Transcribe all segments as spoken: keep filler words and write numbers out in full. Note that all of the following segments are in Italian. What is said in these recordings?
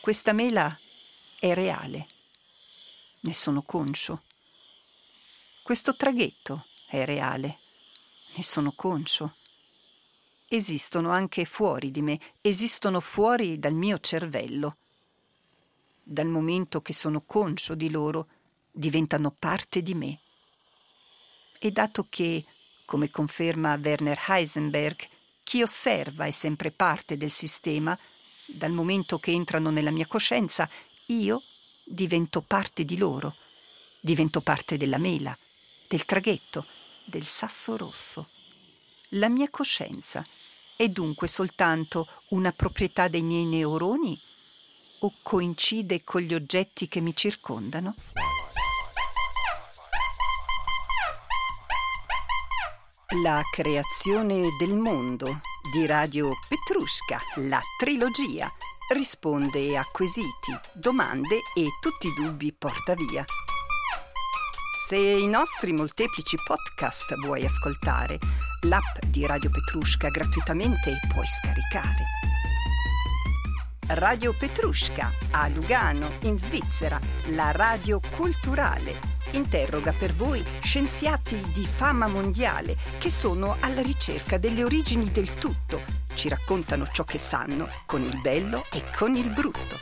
Questa mela è reale, ne sono conscio. Questo traghetto è reale, ne sono conscio. Esistono anche fuori di me, esistono fuori dal mio cervello. Dal momento che sono conscio di loro, diventano parte di me. E dato che, come conferma Werner Heisenberg, chi osserva è sempre parte del sistema, dal momento che entrano nella mia coscienza, io divento parte di loro, divento parte della mela, del traghetto, del sasso rosso. La mia coscienza è dunque soltanto una proprietà dei miei neuroni o coincide con gli oggetti che mi circondano? La creazione del mondo di Radio Petrushka, la trilogia, risponde a quesiti, domande e tutti i dubbi porta via. Se i nostri molteplici podcast vuoi ascoltare, l'app di Radio Petrushka gratuitamente puoi scaricare. Radio Petrushka a Lugano, in Svizzera, la radio culturale, interroga per voi scienziati di fama mondiale che sono alla ricerca delle origini del tutto, ci raccontano ciò che sanno con il bello e con il brutto.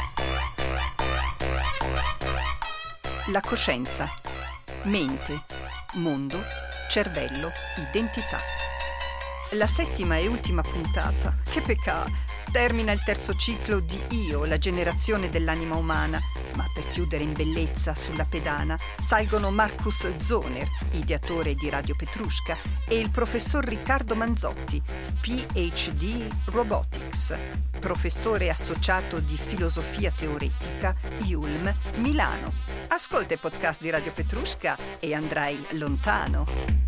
La coscienza, mente, mondo, cervello, identità. La settima e ultima puntata, che peccato, termina il terzo ciclo di Io, la generazione dell'anima umana, ma per chiudere in bellezza sulla pedana salgono Marcus Zoner, ideatore di Radio Petrushka, e il professor Riccardo Manzotti, P H D Robotics, professore associato di filosofia teoretica, I U L M, Milano. Ascolta i podcast di Radio Petrushka e andrai lontano.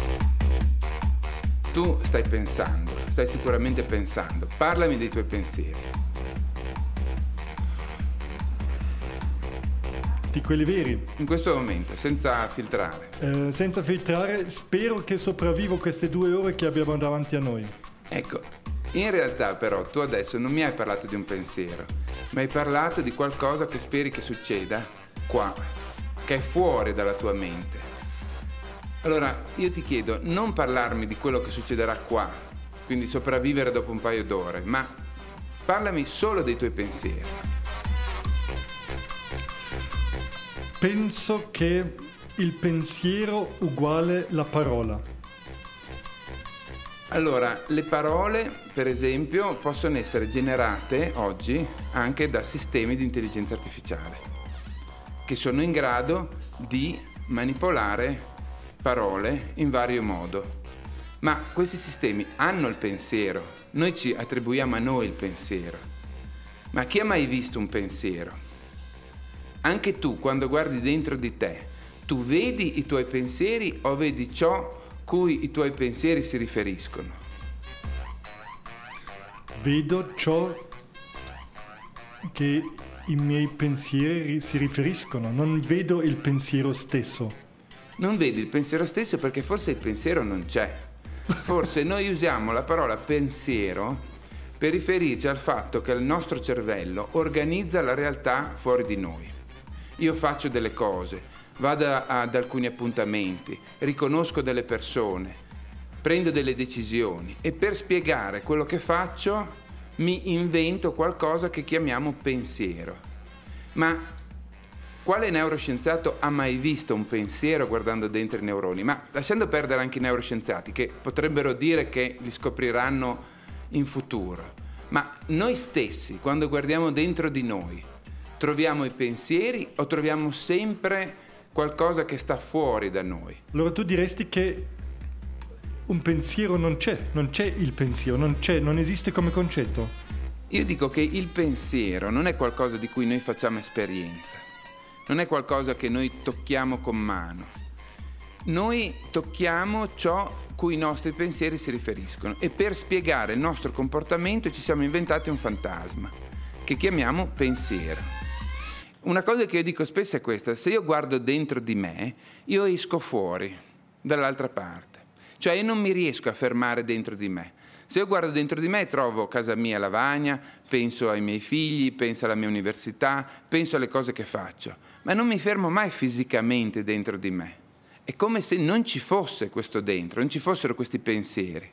Tu stai pensando, stai sicuramente pensando. Parlami dei tuoi pensieri. Di quelli veri. In questo momento, senza filtrare. Eh, senza filtrare, spero che sopravvivo queste due ore che abbiamo davanti a noi. Ecco, in realtà però tu adesso non mi hai parlato di un pensiero, ma hai parlato di qualcosa che speri che succeda qua, che è fuori dalla tua mente. Allora, io ti chiedo, non parlarmi di quello che succederà qua, quindi sopravvivere dopo un paio d'ore, ma parlami solo dei tuoi pensieri. Penso che il pensiero uguale la parola. Allora, le parole, per esempio, possono essere generate oggi anche da sistemi di intelligenza artificiale, che sono in grado di manipolare parole in vario modo. Ma questi sistemi hanno il pensiero, noi ci attribuiamo a noi il pensiero. Ma chi ha mai visto un pensiero? Anche tu, quando guardi dentro di te, tu vedi i tuoi pensieri o vedi ciò cui i tuoi pensieri si riferiscono? Vedo ciò che i miei pensieri si riferiscono, non vedo il pensiero stesso. Non vedi il pensiero stesso perché forse il pensiero non c'è. Forse noi usiamo la parola pensiero per riferirci al fatto che il nostro cervello organizza la realtà fuori di noi. Io faccio delle cose, vado ad alcuni appuntamenti, riconosco delle persone, prendo delle decisioni e per spiegare quello che faccio mi invento qualcosa che chiamiamo pensiero. Ma quale neuroscienziato ha mai visto un pensiero guardando dentro i neuroni? Ma lasciando perdere anche i neuroscienziati, che potrebbero dire che li scopriranno in futuro. Ma noi stessi, quando guardiamo dentro di noi, troviamo i pensieri o troviamo sempre qualcosa che sta fuori da noi? Allora tu diresti che un pensiero non c'è, non c'è il pensiero, non c'è, non esiste come concetto? Io dico che il pensiero non è qualcosa di cui noi facciamo esperienza. Non è qualcosa che noi tocchiamo con mano. Noi tocchiamo ciò cui i nostri pensieri si riferiscono e per spiegare il nostro comportamento ci siamo inventati un fantasma che chiamiamo pensiero. Una cosa che io dico spesso è questa: se io guardo dentro di me, io esco fuori, dall'altra parte. Cioè io non mi riesco a fermare dentro di me. Se io guardo dentro di me trovo casa mia, Lavagna, penso ai miei figli, penso alla mia università, penso alle cose che faccio, ma non mi fermo mai fisicamente dentro di me. È come se non ci fosse questo dentro, non ci fossero questi pensieri.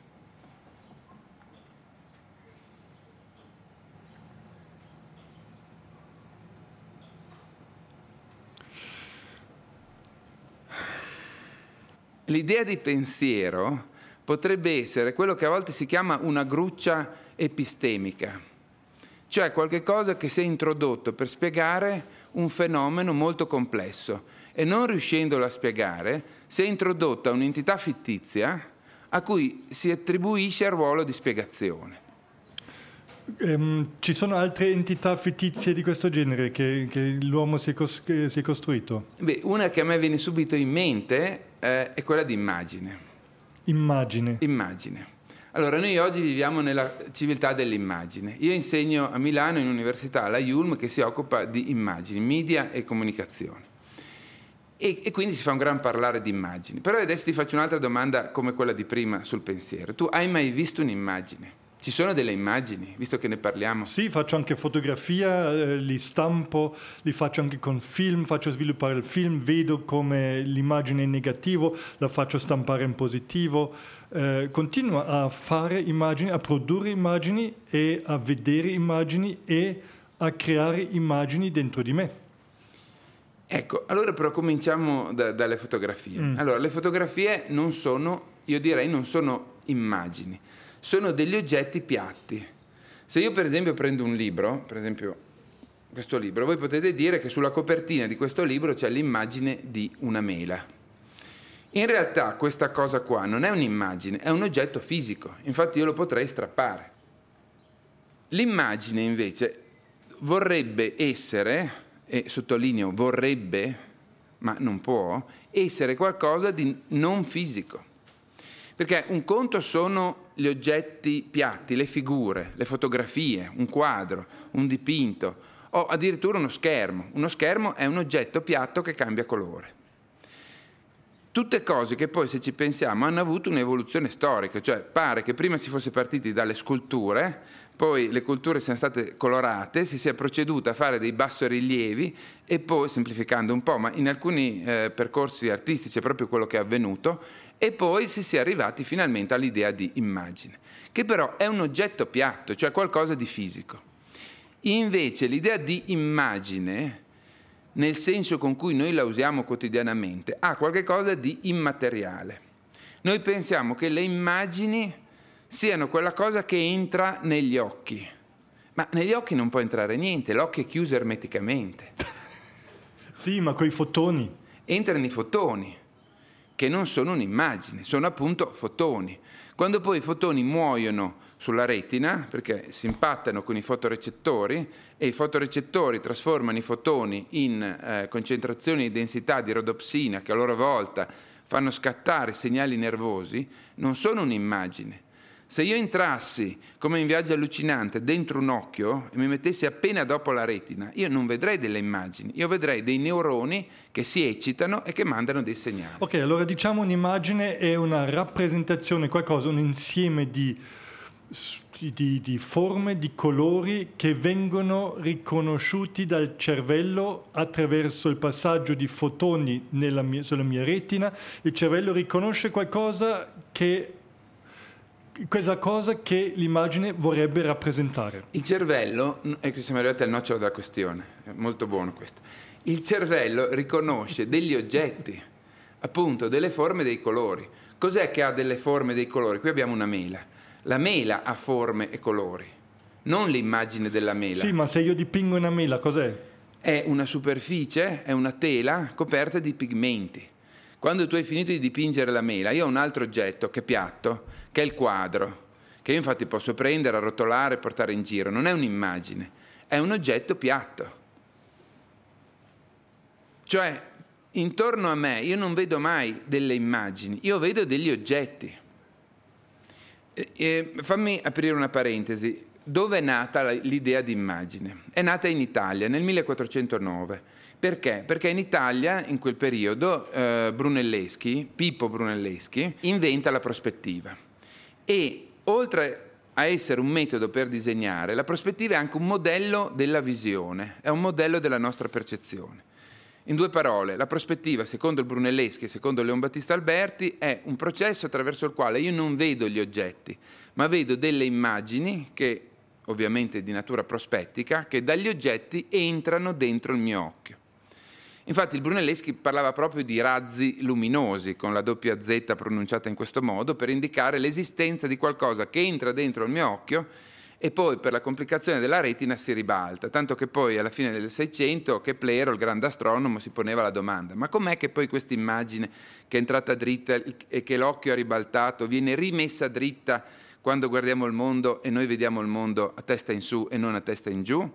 L'idea di pensiero potrebbe essere quello che a volte si chiama una gruccia epistemica, cioè qualche cosa che si è introdotto per spiegare un fenomeno molto complesso e non riuscendolo a spiegare si è introdotta un'entità fittizia a cui si attribuisce il ruolo di spiegazione. Um, ci sono altre entità fittizie di questo genere che, che l'uomo si è, cos- che si è costruito? Beh, una che a me viene subito in mente eh, è quella di immagine. Immagine. Immagine. Allora, noi oggi viviamo nella civiltà dell'immagine. Io insegno a Milano in università alla I U L M che si occupa di immagini, media e comunicazione. E, e quindi si fa un gran parlare di immagini. Però adesso ti faccio un'altra domanda come quella di prima sul pensiero. Tu hai mai visto un'immagine? Ci sono delle immagini, visto che ne parliamo? Sì, faccio anche fotografia, eh, li stampo, li faccio anche con film, faccio sviluppare il film, vedo come l'immagine è negativo, la faccio stampare in positivo, eh, continuo a fare immagini, a produrre immagini e a vedere immagini e a creare immagini dentro di me. Ecco, allora però cominciamo da, dalle fotografie. Mm. Allora, le fotografie non sono, io direi, non sono immagini. Sono degli oggetti piatti. Se io per esempio prendo un libro, per esempio questo libro, voi potete dire che sulla copertina di questo libro c'è l'immagine di una mela. In realtà questa cosa qua non è un'immagine, è un oggetto fisico, infatti io lo potrei strappare. L'immagine invece vorrebbe essere, e sottolineo vorrebbe, ma non può, essere qualcosa di non fisico. Perché un conto sono gli oggetti piatti, le figure, le fotografie, un quadro, un dipinto o addirittura uno schermo. Uno schermo è un oggetto piatto che cambia colore. Tutte cose che poi, se ci pensiamo, hanno avuto un'evoluzione storica, cioè pare che prima si fosse partiti dalle sculture, poi le culture siano state colorate, si sia proceduta a fare dei bassorilievi e poi, semplificando un po', ma in alcuni eh, percorsi artistici è proprio quello che è avvenuto, e poi si sia arrivati finalmente all'idea di immagine, che però è un oggetto piatto, cioè qualcosa di fisico. Invece l'idea di immagine, nel senso con cui noi la usiamo quotidianamente, ha qualche cosa di immateriale. Noi pensiamo che le immagini siano quella cosa che entra negli occhi, ma negli occhi non può entrare niente, l'occhio è chiuso ermeticamente. Sì, ma coi fotoni. Entrano i fotoni, che non sono un'immagine, sono appunto fotoni. Quando poi i fotoni muoiono sulla retina, perché si impattano con i fotorecettori, e i fotorecettori trasformano i fotoni in eh, concentrazioni di densità di rodopsina, che a loro volta fanno scattare segnali nervosi, non sono un'immagine. Se io entrassi, come in Viaggio allucinante, dentro un occhio e mi mettessi appena dopo la retina, io non vedrei delle immagini, io vedrei dei neuroni che si eccitano e che mandano dei segnali. Ok, allora diciamo un'immagine è una rappresentazione, qualcosa, un insieme di, di, di forme, di colori che vengono riconosciuti dal cervello attraverso il passaggio di fotoni nella mia, sulla mia retina. Il cervello riconosce qualcosa che... questa cosa che l'immagine vorrebbe rappresentare. Il cervello, ecco, siamo arrivati al nocciolo della questione, è molto buono questo. Il cervello riconosce degli oggetti, appunto delle forme e dei colori. Cos'è che ha delle forme e dei colori? Qui abbiamo una mela. La mela ha forme e colori, non l'immagine della mela. Sì, ma se io dipingo una mela, cos'è? È una superficie, è una tela coperta di pigmenti. Quando tu hai finito di dipingere la mela, io ho un altro oggetto che è piatto, che è il quadro, che io infatti posso prendere, arrotolare e portare in giro. Non è un'immagine, è un oggetto piatto. Cioè, intorno a me io non vedo mai delle immagini, io vedo degli oggetti. E, e, fammi aprire una parentesi. Dove è nata l'idea di immagine? È nata in Italia nel millequattrocentonove. Perché? Perché in Italia, in quel periodo, eh, Brunelleschi, Pippo Brunelleschi, inventa la prospettiva. E oltre a essere un metodo per disegnare, la prospettiva è anche un modello della visione, è un modello della nostra percezione. In due parole, la prospettiva, secondo il Brunelleschi e secondo Leon Battista Alberti, è un processo attraverso il quale io non vedo gli oggetti, ma vedo delle immagini, che ovviamente di natura prospettica, che dagli oggetti entrano dentro il mio occhio. Infatti il Brunelleschi parlava proprio di razzi luminosi, con la doppia Z pronunciata in questo modo, per indicare l'esistenza di qualcosa che entra dentro il mio occhio e poi per la complicazione della retina si ribalta, tanto che poi alla fine del Seicento Keplero, il grande astronomo, si poneva la domanda: ma com'è che poi questa immagine che è entrata dritta e che l'occhio ha ribaltato viene rimessa dritta quando guardiamo il mondo e noi vediamo il mondo a testa in su e non a testa in giù?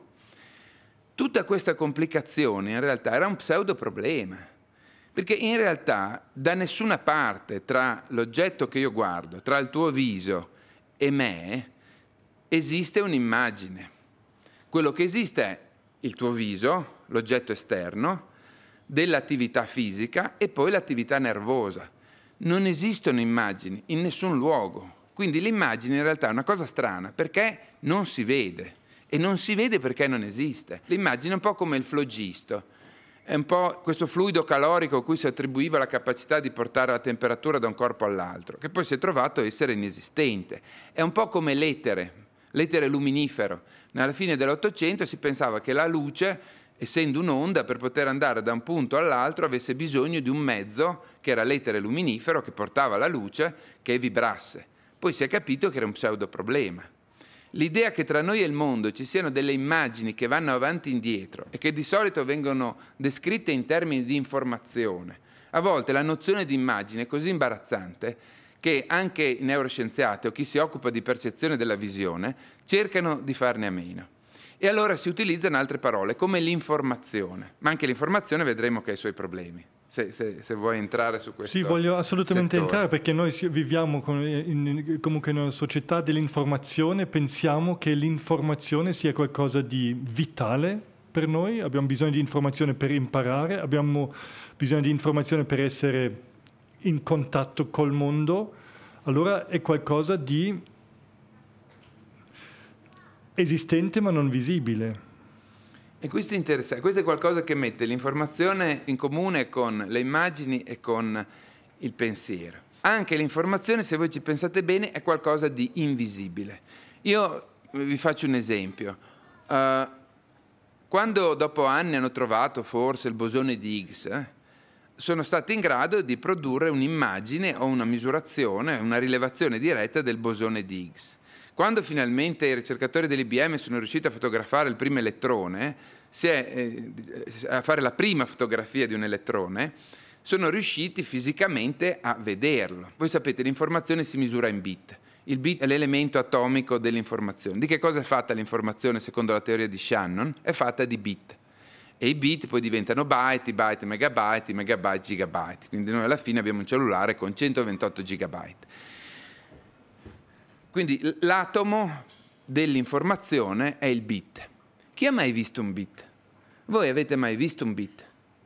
Tutta questa complicazione in realtà era un pseudo problema, perché in realtà da nessuna parte tra l'oggetto che io guardo, tra il tuo viso e me, esiste un'immagine. Quello che esiste è il tuo viso, l'oggetto esterno, dell'attività fisica e poi l'attività nervosa. Non esistono immagini in nessun luogo. Quindi l'immagine in realtà è una cosa strana perché non si vede. E non si vede perché non esiste. L'immagine è un po' come il flogisto, è un po' questo fluido calorico a cui si attribuiva la capacità di portare la temperatura da un corpo all'altro, che poi si è trovato essere inesistente. È un po' come l'etere, l'etere luminifero. Alla fine dell'Ottocento si pensava che la luce, essendo un'onda, per poter andare da un punto all'altro avesse bisogno di un mezzo, che era l'etere luminifero, che portava la luce, che vibrasse. Poi si è capito che era un pseudo problema. L'idea che tra noi e il mondo ci siano delle immagini che vanno avanti e indietro e che di solito vengono descritte in termini di informazione. A volte la nozione di immagine è così imbarazzante che anche i neuroscienziati o chi si occupa di percezione della visione cercano di farne a meno. E allora si utilizzano altre parole come l'informazione, ma anche l'informazione vedremo che ha i suoi problemi. Se, se, se vuoi entrare su questo. Sì, voglio assolutamente settore. entrare, perché noi viviamo con, in, comunque in una società dell'informazione, pensiamo che l'informazione sia qualcosa di vitale per noi, abbiamo bisogno di informazione per imparare, abbiamo bisogno di informazione per essere in contatto col mondo, allora è qualcosa di esistente ma non visibile. E questo è interessante, questo è qualcosa che mette l'informazione in comune con le immagini e con il pensiero. Anche l'informazione, se voi ci pensate bene, è qualcosa di invisibile. Io vi faccio un esempio. Uh, quando dopo anni hanno trovato forse il bosone di Higgs, eh, sono stati in grado di produrre un'immagine o una misurazione, una rilevazione diretta del bosone di Higgs. Quando finalmente i ricercatori dell'I B M sono riusciti a fotografare il primo elettrone, si è, eh, a fare la prima fotografia di un elettrone, sono riusciti fisicamente a vederlo. Voi sapete, l'informazione si misura in bit. Il bit è l'elemento atomico dell'informazione. Di che cosa è fatta l'informazione secondo la teoria di Shannon? È fatta di bit. E i bit poi diventano byte, i byte megabyte, i megabyte gigabyte. Quindi noi alla fine abbiamo un cellulare con centoventotto gigabyte. Quindi l'atomo dell'informazione è il bit. Chi ha mai visto un bit? Voi avete mai visto un bit?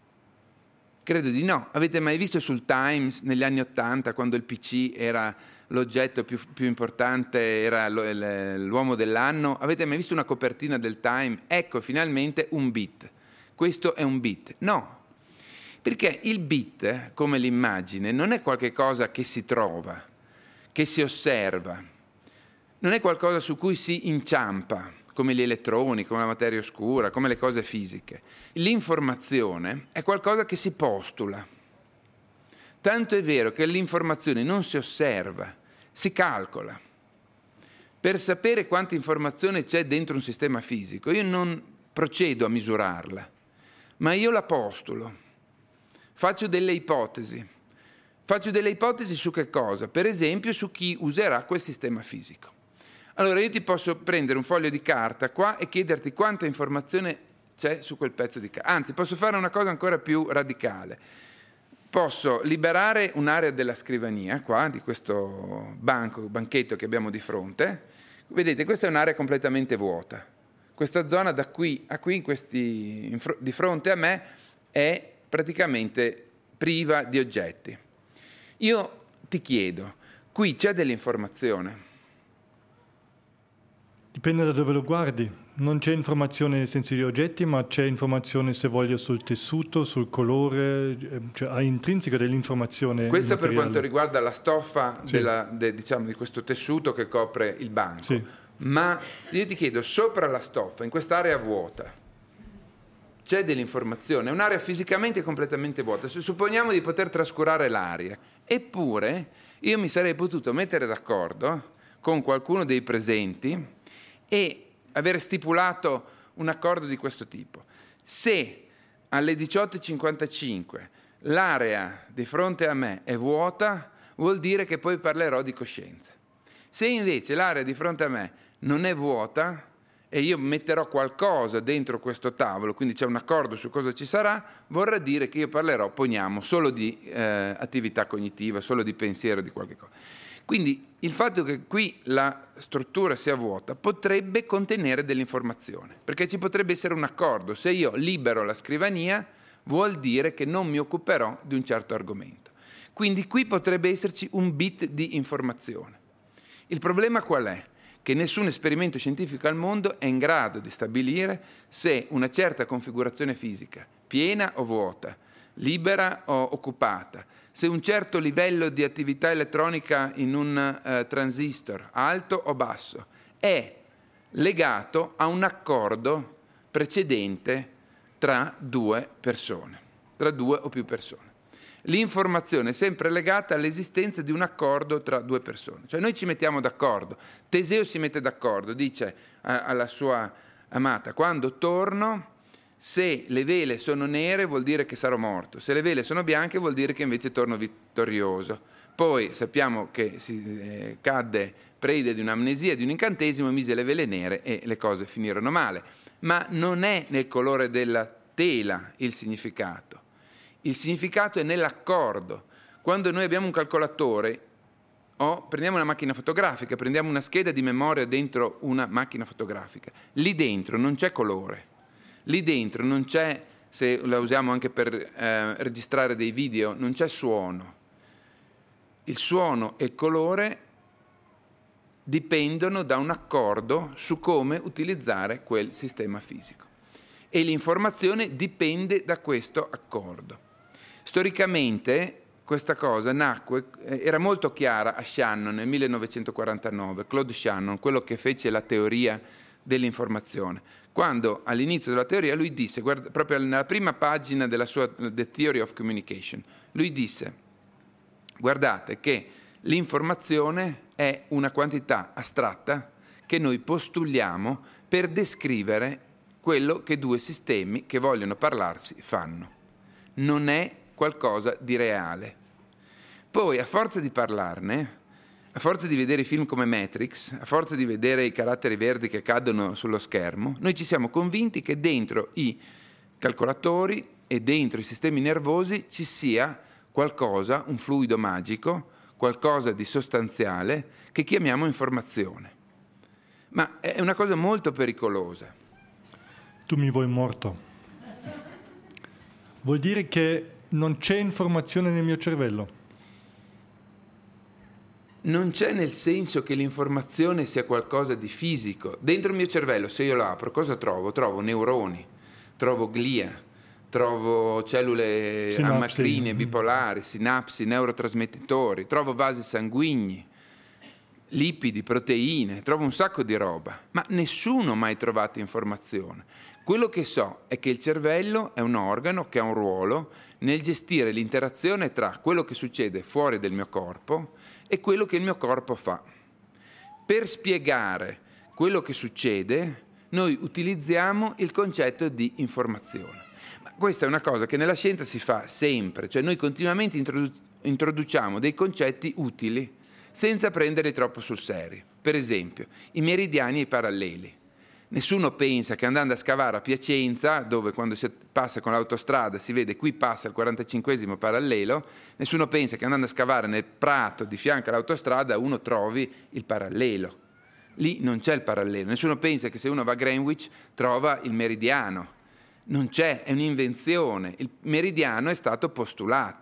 Credo di no. Avete mai visto sul Times negli anni Ottanta, quando il P C era l'oggetto più, più importante, era l'uomo dell'anno? Avete mai visto una copertina del Time? Ecco, finalmente un bit. Questo è un bit. No, perché il bit, come l'immagine, non è qualche cosa che si trova, che si osserva. Non è qualcosa su cui si inciampa, come gli elettroni, come la materia oscura, come le cose fisiche. L'informazione è qualcosa che si postula. Tanto è vero che l'informazione non si osserva, si calcola. Per sapere quanta informazione c'è dentro un sistema fisico, io non procedo a misurarla, ma io la postulo. Faccio delle ipotesi. Faccio delle ipotesi su che cosa? Per esempio su chi userà quel sistema fisico. Allora io ti posso prendere un foglio di carta qua e chiederti quanta informazione c'è su quel pezzo di carta. Anzi, posso fare una cosa ancora più radicale. Posso liberare un'area della scrivania, qua, di questo banco, banchetto che abbiamo di fronte. Vedete, questa è un'area completamente vuota. Questa zona da qui a qui, in questi, in fr- di fronte a me, è praticamente priva di oggetti. Io ti chiedo, qui c'è dell'informazione? Dipende da dove lo guardi. Non c'è informazione nel senso di oggetti, ma c'è informazione, se voglio, sul tessuto, sul colore, cioè ha intrinseca dell'informazione. Questo per materiale. quanto riguarda la stoffa Sì. della, de, diciamo, di questo tessuto che copre il banco. Sì. Ma io ti chiedo, sopra la stoffa, in quest'area vuota, c'è dell'informazione, è un'area fisicamente completamente vuota. Se supponiamo di poter trascurare l'aria, eppure io mi sarei potuto mettere d'accordo con qualcuno dei presenti e avere stipulato un accordo di questo tipo. Se alle diciotto e cinquantacinque l'area di fronte a me è vuota, vuol dire che poi parlerò di coscienza. Se invece l'area di fronte a me non è vuota e io metterò qualcosa dentro questo tavolo, quindi c'è un accordo su cosa ci sarà, vorrà dire che io parlerò, poniamo, solo di eh, attività cognitiva, solo di pensiero, di qualche cosa. Quindi il fatto che qui la struttura sia vuota potrebbe contenere dell'informazione, perché ci potrebbe essere un accordo. Se io libero la scrivania, vuol dire che non mi occuperò di un certo argomento. Quindi qui potrebbe esserci un bit di informazione. Il problema qual è? Che nessun esperimento scientifico al mondo è in grado di stabilire se una certa configurazione fisica, piena o vuota, libera o occupata, se un certo livello di attività elettronica in un uh, transistor, alto o basso, è legato a un accordo precedente tra due persone, tra due o più persone. L'informazione è sempre legata all'esistenza di un accordo tra due persone. Cioè noi ci mettiamo d'accordo. Teseo si mette d'accordo, dice a, alla sua amata, quando torno, se le vele sono nere vuol dire che sarò morto, se le vele sono bianche vuol dire che invece torno vittorioso. Poi sappiamo che si eh, cadde prede di un'amnesia, di un incantesimo, mise le vele nere e le cose finirono male. Ma non è nel colore della tela il significato. Il significato è nell'accordo. Quando noi abbiamo un calcolatore o prendiamo una macchina fotografica, prendiamo una scheda di memoria dentro una macchina fotografica, lì dentro non c'è colore, lì dentro non c'è, se la usiamo anche per eh, registrare dei video, non c'è suono. Il suono e il colore dipendono da un accordo su come utilizzare quel sistema fisico. E l'informazione dipende da questo accordo. Storicamente questa cosa nacque, era molto chiara a Shannon nel millenovecentoquarantanove, Claude Shannon, quello che fece la teoria dell'informazione. Quando all'inizio della teoria lui disse, guarda, proprio nella prima pagina della sua The Theory of Communication, lui disse, guardate che l'informazione è una quantità astratta che noi postuliamo per descrivere quello che due sistemi che vogliono parlarsi fanno. Non è qualcosa di reale. Poi, a forza di parlarne, a forza di vedere film come Matrix, a forza di vedere i caratteri verdi che cadono sullo schermo, noi ci siamo convinti che dentro i calcolatori e dentro i sistemi nervosi ci sia qualcosa, un fluido magico, qualcosa di sostanziale che chiamiamo informazione. Ma è una cosa molto pericolosa. Tu mi vuoi morto. Vuol dire che non c'è informazione nel mio cervello? Non c'è, nel senso che l'informazione sia qualcosa di fisico. Dentro il mio cervello, se io lo apro, cosa trovo? Trovo neuroni, trovo glia, trovo cellule Sinapsi. amacrine, bipolari, sinapsi, neurotrasmettitori, trovo vasi sanguigni, lipidi, proteine, trovo un sacco di roba. Ma nessuno ha mai trovato informazione. Quello che so è che il cervello è un organo che ha un ruolo nel gestire l'interazione tra quello che succede fuori del mio corpo e quello che il mio corpo fa. Per spiegare quello che succede, noi utilizziamo il concetto di informazione. Ma questa è una cosa che nella scienza si fa sempre, cioè noi continuamente introdu- introduciamo dei concetti utili senza prenderli troppo sul serio. Per esempio, i meridiani e i paralleli. Nessuno pensa che andando a scavare a Piacenza, dove quando si passa con l'autostrada si vede qui passa il quarantacinquesimo parallelo, nessuno pensa che andando a scavare nel prato di fianco all'autostrada uno trovi il parallelo. Lì non c'è il parallelo. Nessuno pensa che se uno va a Greenwich trova il meridiano. Non c'è, è un'invenzione. Il meridiano è stato postulato, è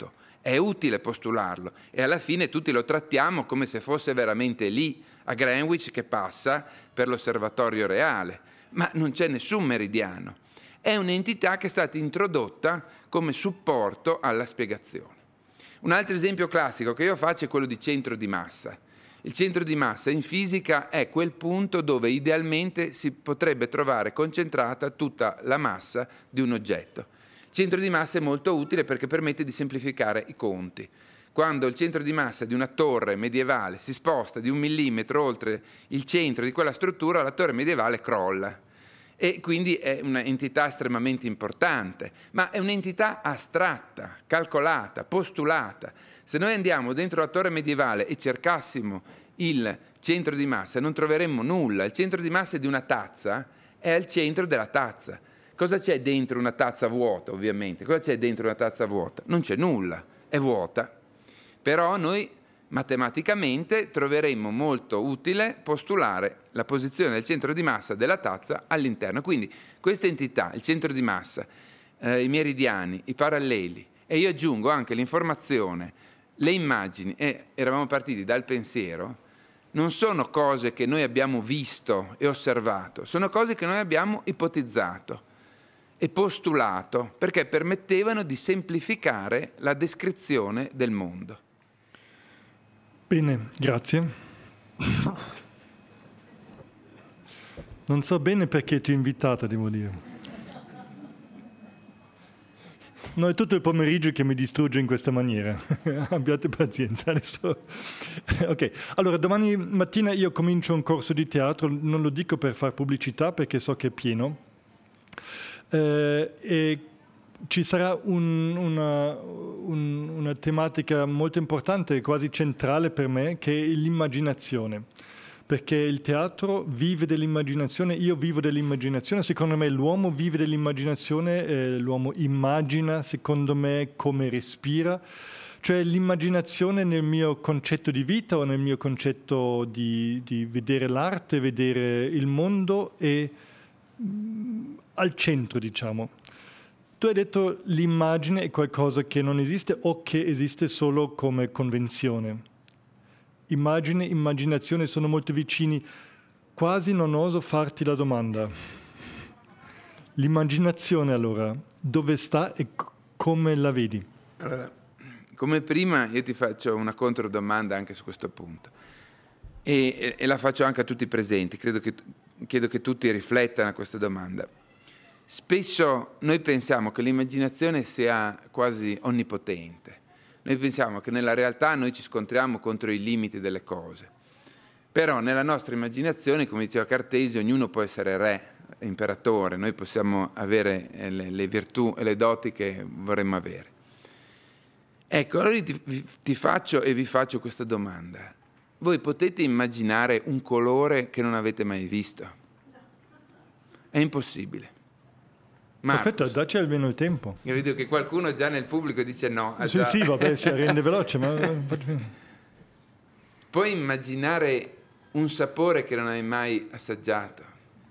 è utile postularlo e alla fine tutti lo trattiamo come se fosse veramente lì a Greenwich che passa per l'osservatorio reale, ma non c'è nessun meridiano. È un'entità che è stata introdotta come supporto alla spiegazione. Un altro esempio classico che io faccio è quello di centro di massa. Il centro di massa in fisica è quel punto dove idealmente si potrebbe trovare concentrata tutta la massa di un oggetto. Il centro di massa è molto utile perché permette di semplificare i conti. Quando il centro di massa di una torre medievale si sposta di un millimetro oltre il centro di quella struttura, la torre medievale crolla. E quindi è un'entità estremamente importante, ma è un'entità astratta, calcolata, postulata. Se noi andiamo dentro la torre medievale e cercassimo il centro di massa, non troveremmo nulla. Il centro di massa di una tazza è al centro della tazza. Cosa c'è dentro una tazza vuota, ovviamente? Cosa c'è dentro una tazza vuota? Non c'è nulla, è vuota. Però noi matematicamente troveremmo molto utile postulare la posizione del centro di massa della tazza all'interno. Quindi questa entità, il centro di massa, eh, i meridiani, i paralleli, e io aggiungo anche l'informazione, le immagini, e eravamo partiti dal pensiero, non sono cose che noi abbiamo visto e osservato, sono cose che noi abbiamo ipotizzato e postulato, perché permettevano di semplificare la descrizione del mondo. Bene, grazie. Non so bene perché ti ho invitata, devo dire. No, è tutto il pomeriggio che mi distrugge in questa maniera. Abbiate pazienza adesso. Ok, allora domani mattina io comincio un corso di teatro, non lo dico per far pubblicità perché so che è pieno. Eh, e ci sarà un, una, un, una tematica molto importante, quasi centrale per me, che è l'immaginazione. Perché il teatro vive dell'immaginazione, io vivo dell'immaginazione, secondo me l'uomo vive dell'immaginazione, eh, l'uomo immagina, secondo me, come respira. Cioè l'immaginazione nel mio concetto di vita o nel mio concetto di, di vedere l'arte, vedere il mondo è mh, al centro, diciamo. Tu hai detto l'immagine è qualcosa che non esiste o che esiste solo come convenzione. Immagine e immaginazione sono molto vicini. Quasi non oso farti la domanda. L'immaginazione allora, dove sta e c- come la vedi? Allora, come prima io ti faccio una controdomanda anche su questo punto. E, e, e la faccio anche a tutti i presenti. Credo che, chiedo che tutti riflettano a questa domanda. Spesso noi pensiamo che l'immaginazione sia quasi onnipotente. Noi pensiamo che nella realtà noi ci scontriamo contro i limiti delle cose. Però nella nostra immaginazione, come diceva Cartesio, ognuno può essere re, imperatore, noi possiamo avere le, le virtù e le doti che vorremmo avere. Ecco, allora ti, ti faccio e vi faccio questa domanda. Voi potete immaginare un colore che non avete mai visto? È impossibile. Marcus. Aspetta, dacci almeno il tempo. Io vedo che qualcuno già nel pubblico dice no. Sì, sì, vabbè, si rende veloce, ma... Puoi immaginare un sapore che non hai mai assaggiato?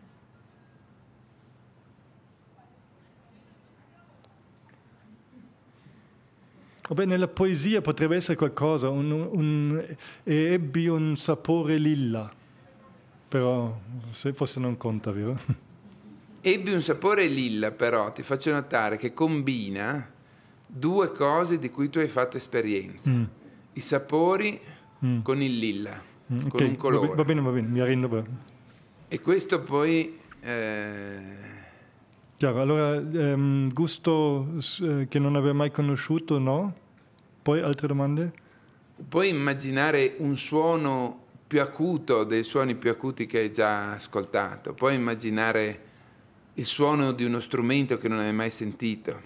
Vabbè, nella poesia potrebbe essere qualcosa, un, un, ebbi un sapore lilla, però se forse non conta, vero? Ebbi un sapore lilla, però ti faccio notare che combina due cose di cui tu hai fatto esperienza. Mm. I sapori mm. con il lilla, mm, con okay. un colore. Va bene, va bene, mi arrendo. E questo poi... Eh... Chiaro, allora ehm, gusto eh, che non avevo mai conosciuto, no? Poi altre domande? Puoi immaginare un suono più acuto dei suoni più acuti che hai già ascoltato. Puoi immaginare il suono di uno strumento che non hai mai sentito.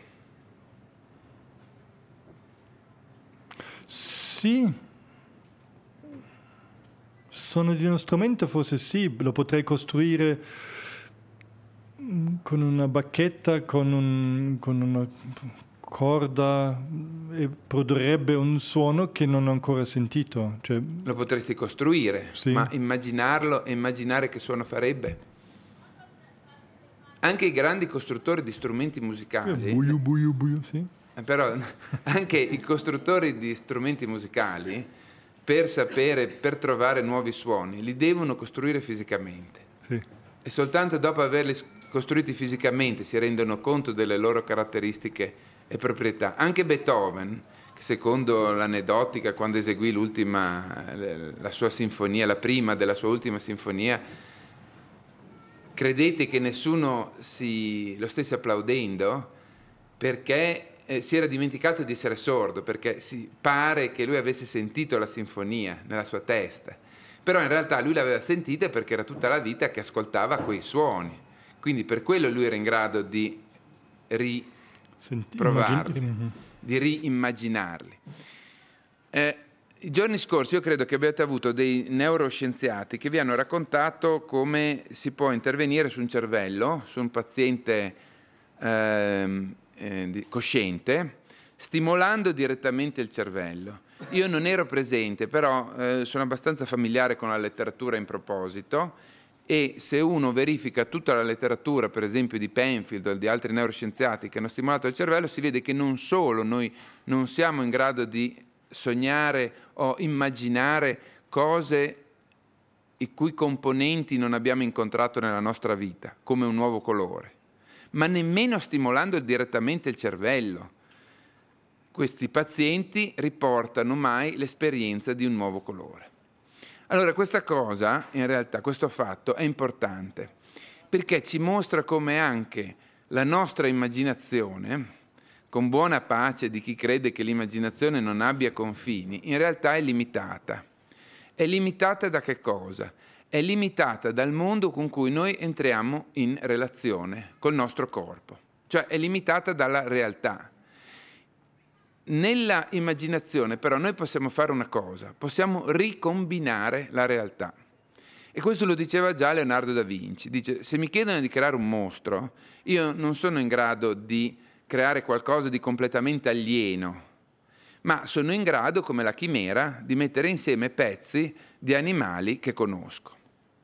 Sì. Suono di uno strumento forse sì, lo potrei costruire con una bacchetta, con, un, con una corda e produrrebbe un suono che non ho ancora sentito. Cioè, lo potresti costruire, sì. Ma immaginarlo e immaginare che suono farebbe? Anche i grandi costruttori di strumenti musicali buio, buio, buio, sì. Però anche i costruttori di strumenti musicali, per sapere, per trovare nuovi suoni, li devono costruire fisicamente. Sì. E soltanto dopo averli costruiti fisicamente si rendono conto delle loro caratteristiche e proprietà. Anche Beethoven, che secondo l'aneddotica, quando eseguì l'ultima, la sua sinfonia, la prima della sua ultima sinfonia, credete che nessuno si, lo stesse applaudendo, perché eh, si era dimenticato di essere sordo, perché si pare che lui avesse sentito la sinfonia nella sua testa, però in realtà lui l'aveva sentita perché era tutta la vita che ascoltava quei suoni, quindi per quello lui era in grado di riprovarli, immagin- di riimmaginarli. Eh, I giorni scorsi io credo che abbiate avuto dei neuroscienziati che vi hanno raccontato come si può intervenire su un cervello, su un paziente ehm, eh, cosciente, stimolando direttamente il cervello. Io non ero presente, però eh, sono abbastanza familiare con la letteratura in proposito, e se uno verifica tutta la letteratura, per esempio di Penfield o di altri neuroscienziati che hanno stimolato il cervello, si vede che non solo noi non siamo in grado di sognare o immaginare cose i cui componenti non abbiamo incontrato nella nostra vita, come un nuovo colore, ma nemmeno stimolando direttamente il cervello. Questi pazienti riportano mai l'esperienza di un nuovo colore. Allora questa cosa, in realtà, questo fatto è importante, perché ci mostra come anche la nostra immaginazione, con buona pace di chi crede che l'immaginazione non abbia confini, in realtà è limitata. È limitata da che cosa? È limitata dal mondo con cui noi entriamo in relazione col nostro corpo, cioè è limitata dalla realtà. Nella immaginazione però noi possiamo fare una cosa, possiamo ricombinare la realtà. E questo lo diceva già Leonardo da Vinci. Dice, se mi chiedono di creare un mostro, io non sono in grado di creare qualcosa di completamente alieno, ma sono in grado, come la chimera, di mettere insieme pezzi di animali che conosco.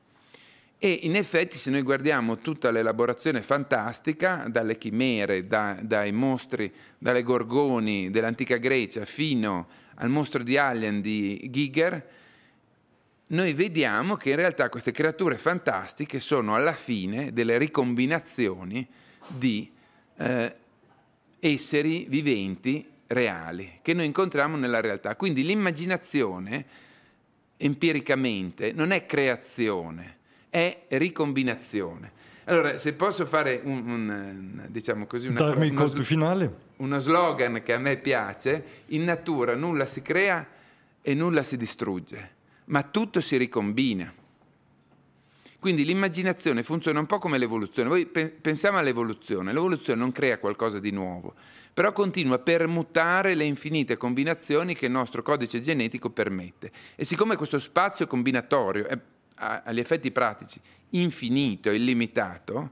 E in effetti, se noi guardiamo tutta l'elaborazione fantastica, dalle chimere, da, dai mostri, dalle gorgoni dell'antica Grecia fino al mostro di Alien di Giger, noi vediamo che in realtà queste creature fantastiche sono alla fine delle ricombinazioni di eh, esseri viventi reali che noi incontriamo nella realtà. Quindi l'immaginazione empiricamente non è creazione, è ricombinazione. Allora, se posso fare un, un diciamo così, una, Darmi il uno, colpo finale. Uno slogan che a me piace: in natura nulla si crea e nulla si distrugge, ma tutto si ricombina. Quindi l'immaginazione funziona un po' come l'evoluzione. Voi pe- pensiamo all'evoluzione, l'evoluzione non crea qualcosa di nuovo, però continua a permutare le infinite combinazioni che il nostro codice genetico permette. E siccome questo spazio combinatorio è agli effetti pratici infinito, illimitato,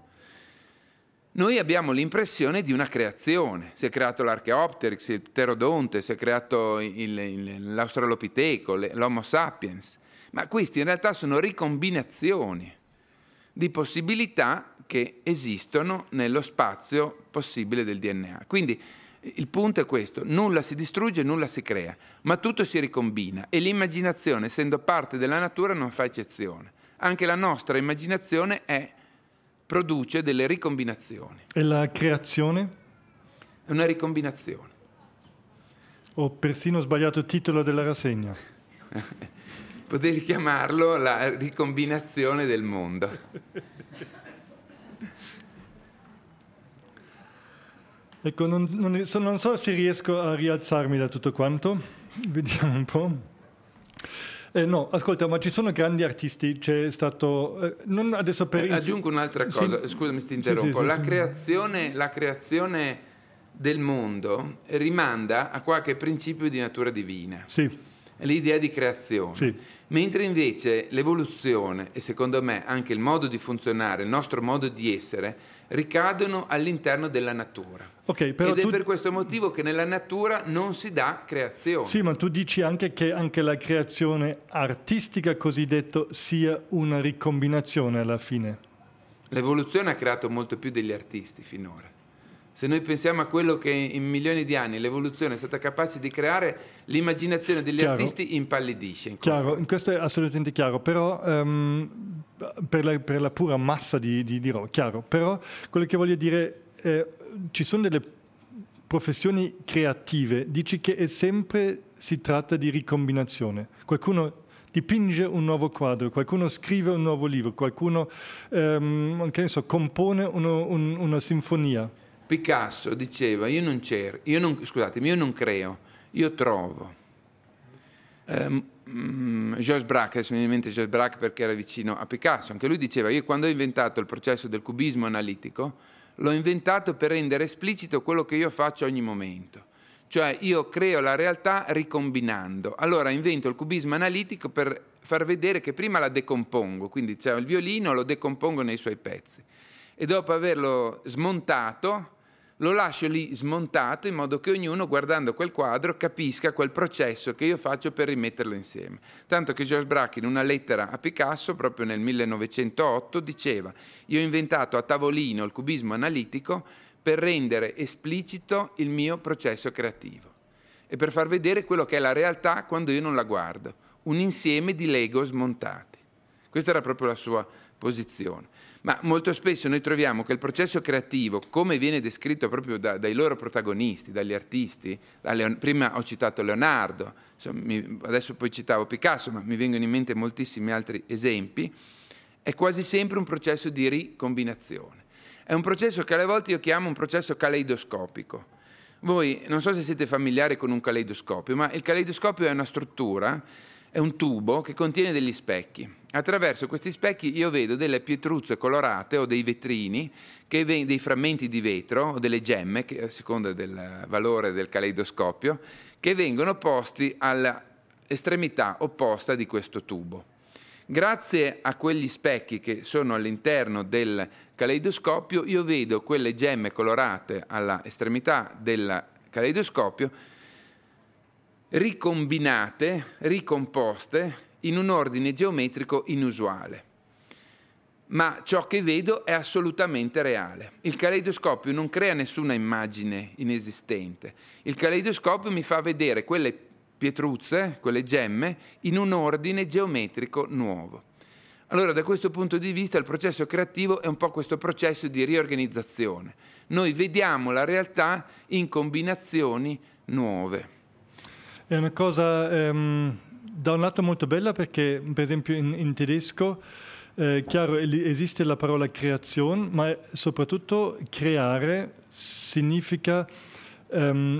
noi abbiamo l'impressione di una creazione. Si è creato l'Archaeopteryx, il Pterodonte, si è creato il, il, l'Australopiteco, l'Homo sapiens, ma questi in realtà sono ricombinazioni di possibilità che esistono nello spazio possibile del D N A. Quindi il punto è questo: nulla si distrugge, nulla si crea, ma tutto si ricombina, e l'immaginazione, essendo parte della natura, non fa eccezione. Anche la nostra immaginazione è, produce delle ricombinazioni. E la creazione? È una ricombinazione. Ho persino sbagliato il titolo della rassegna. Potevi chiamarlo la ricombinazione del mondo. Ecco, non, non, so, non so se riesco a rialzarmi da tutto quanto, vediamo un po'. Eh, no, ascolta, ma ci sono grandi artisti, c'è stato... Eh, non adesso per... eh, aggiungo un'altra cosa, sì. Scusami se ti interrompo. Sì, sì, la, sì, creazione, la creazione del mondo rimanda a qualche principio di natura divina. Sì. L'idea di creazione. Sì. Mentre invece l'evoluzione, e secondo me anche il modo di funzionare, il nostro modo di essere, ricadono all'interno della natura. Okay, però Ed è tu... per questo motivo che nella natura non si dà creazione. Sì, ma tu dici anche che anche la creazione artistica, cosiddetto, sia una ricombinazione alla fine. L'evoluzione ha creato molto più degli artisti finora. Se noi pensiamo a quello che in milioni di anni l'evoluzione è stata capace di creare, l'immaginazione degli chiaro. artisti impallidisce. In chiaro, questo è assolutamente chiaro, però um, per, la, per la pura massa di, di, di roba, chiaro, però quello che voglio dire, eh, ci sono delle professioni creative, dici che è sempre si tratta di ricombinazione. Qualcuno dipinge un nuovo quadro, qualcuno scrive un nuovo libro, qualcuno um, che ne so, compone uno, un, una sinfonia. Picasso diceva, io non c'ero, io non, scusatemi, io non creo, io trovo. Um, um, Georges Braque, adesso mi viene in mente Georges Braque perché era vicino a Picasso, anche lui diceva, io quando ho inventato il processo del cubismo analitico, l'ho inventato per rendere esplicito quello che io faccio ogni momento. Cioè io creo la realtà ricombinando. Allora invento il cubismo analitico per far vedere che prima la decompongo, quindi c'è il violino, lo decompongo nei suoi pezzi. E dopo averlo smontato, lo lascio lì smontato in modo che ognuno, guardando quel quadro, capisca quel processo che io faccio per rimetterlo insieme. Tanto che Georges Braque in una lettera a Picasso, proprio nel millenovecentootto, diceva io ho inventato a tavolino il cubismo analitico per rendere esplicito il mio processo creativo e per far vedere quello che è la realtà quando io non la guardo, un insieme di Lego smontati. Questa era proprio la sua posizione. Ma molto spesso noi troviamo che il processo creativo, come viene descritto proprio da, dai loro protagonisti, dagli artisti, da Leon, prima ho citato Leonardo, insomma, mi, adesso poi citavo Picasso, ma mi vengono in mente moltissimi altri esempi, è quasi sempre un processo di ricombinazione. È un processo che alle volte io chiamo un processo caleidoscopico. Voi non so se siete familiari con un caleidoscopio, ma il caleidoscopio è una struttura, è un tubo che contiene degli specchi. Attraverso questi specchi io vedo delle pietruzze colorate o dei vetrini, che ven- dei frammenti di vetro o delle gemme, che, a seconda del valore del caleidoscopio, che vengono posti all'estremità opposta di questo tubo. Grazie a quegli specchi che sono all'interno del caleidoscopio, io vedo quelle gemme colorate alla estremità del caleidoscopio ricombinate, ricomposte in un ordine geometrico inusuale. Ma ciò che vedo è assolutamente reale. Il caleidoscopio non crea nessuna immagine inesistente. Il caleidoscopio mi fa vedere quelle pietruzze, quelle gemme, in un ordine geometrico nuovo. Allora, da questo punto di vista, il processo creativo è un po' questo processo di riorganizzazione. Noi vediamo la realtà in combinazioni nuove. È una cosa ehm, da un lato molto bella perché, per esempio, in, in tedesco, eh, chiaro, esiste la parola creazione, ma soprattutto creare significa ehm,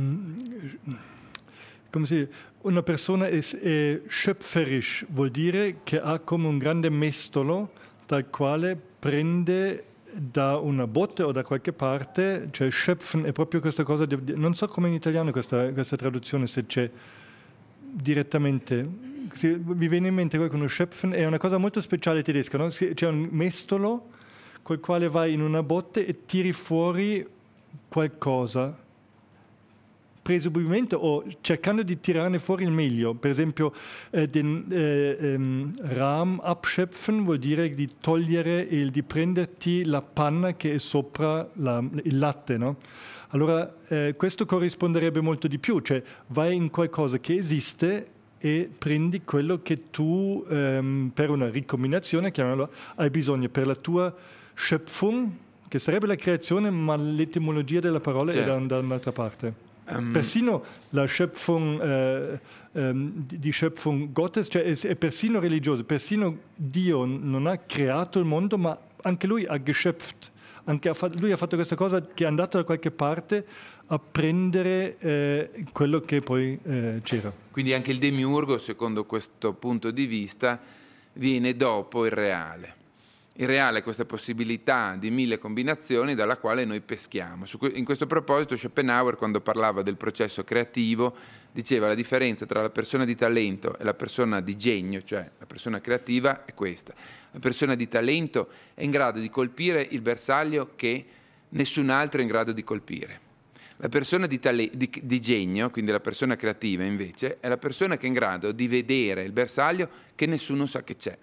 ehm, come si dice? Una persona è, è schöpferisch, vuol dire che ha come un grande mestolo dal quale prende da una botte o da qualche parte, cioè schöpfen è proprio questa cosa, di, non so come in italiano questa, questa traduzione, se c'è direttamente, vi viene in mente qualcuno, schöpfen è una cosa molto speciale tedesca, no? C'è un mestolo col quale vai in una botte e tiri fuori qualcosa, presumibilmente o cercando di tirarne fuori il meglio. Per esempio eh, den eh, ehm, Rahm abschöpfen vuol dire di togliere e di prenderti la panna che è sopra la, il latte, no? Allora eh, questo corrisponderebbe molto di più, cioè vai in qualcosa che esiste e prendi quello che tu ehm, per una ricombinazione, chiamiamolo, hai bisogno per la tua Schöpfung, che sarebbe la creazione, ma l'etimologia della parola certo. È da, da un'altra parte. Um, persino la Schöpfung, eh, ehm, di Schöpfung Gottes, cioè è, è persino religioso, persino Dio non ha creato il mondo, ma anche lui ha geschöpft, anche ha fatto, lui ha fatto questa cosa che è andato da qualche parte a prendere eh, quello che poi eh, c'era. Quindi anche il demiurgo, secondo questo punto di vista, viene dopo il reale. Il reale è questa possibilità di mille combinazioni dalla quale noi peschiamo. In questo proposito Schopenhauer, quando parlava del processo creativo, diceva la differenza tra la persona di talento e la persona di genio, cioè la persona creativa, è questa. La persona di talento è in grado di colpire il bersaglio che nessun altro è in grado di colpire. La persona di, tale- di, di genio, quindi la persona creativa invece, è la persona che è in grado di vedere il bersaglio che nessuno sa che c'è.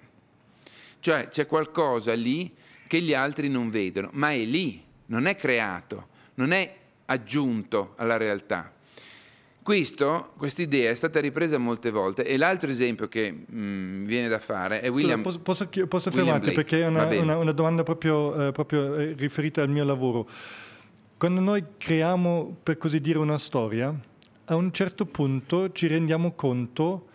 Cioè c'è qualcosa lì che gli altri non vedono, ma è lì, non è creato, non è aggiunto alla realtà. Questo, quest'idea è stata ripresa molte volte, e l'altro esempio che mi viene da fare è William Posso, posso, posso William fermarti Blake. perché è una, una, una domanda proprio, eh, proprio riferita al mio lavoro. Quando noi creiamo, per così dire, una storia, a un certo punto ci rendiamo conto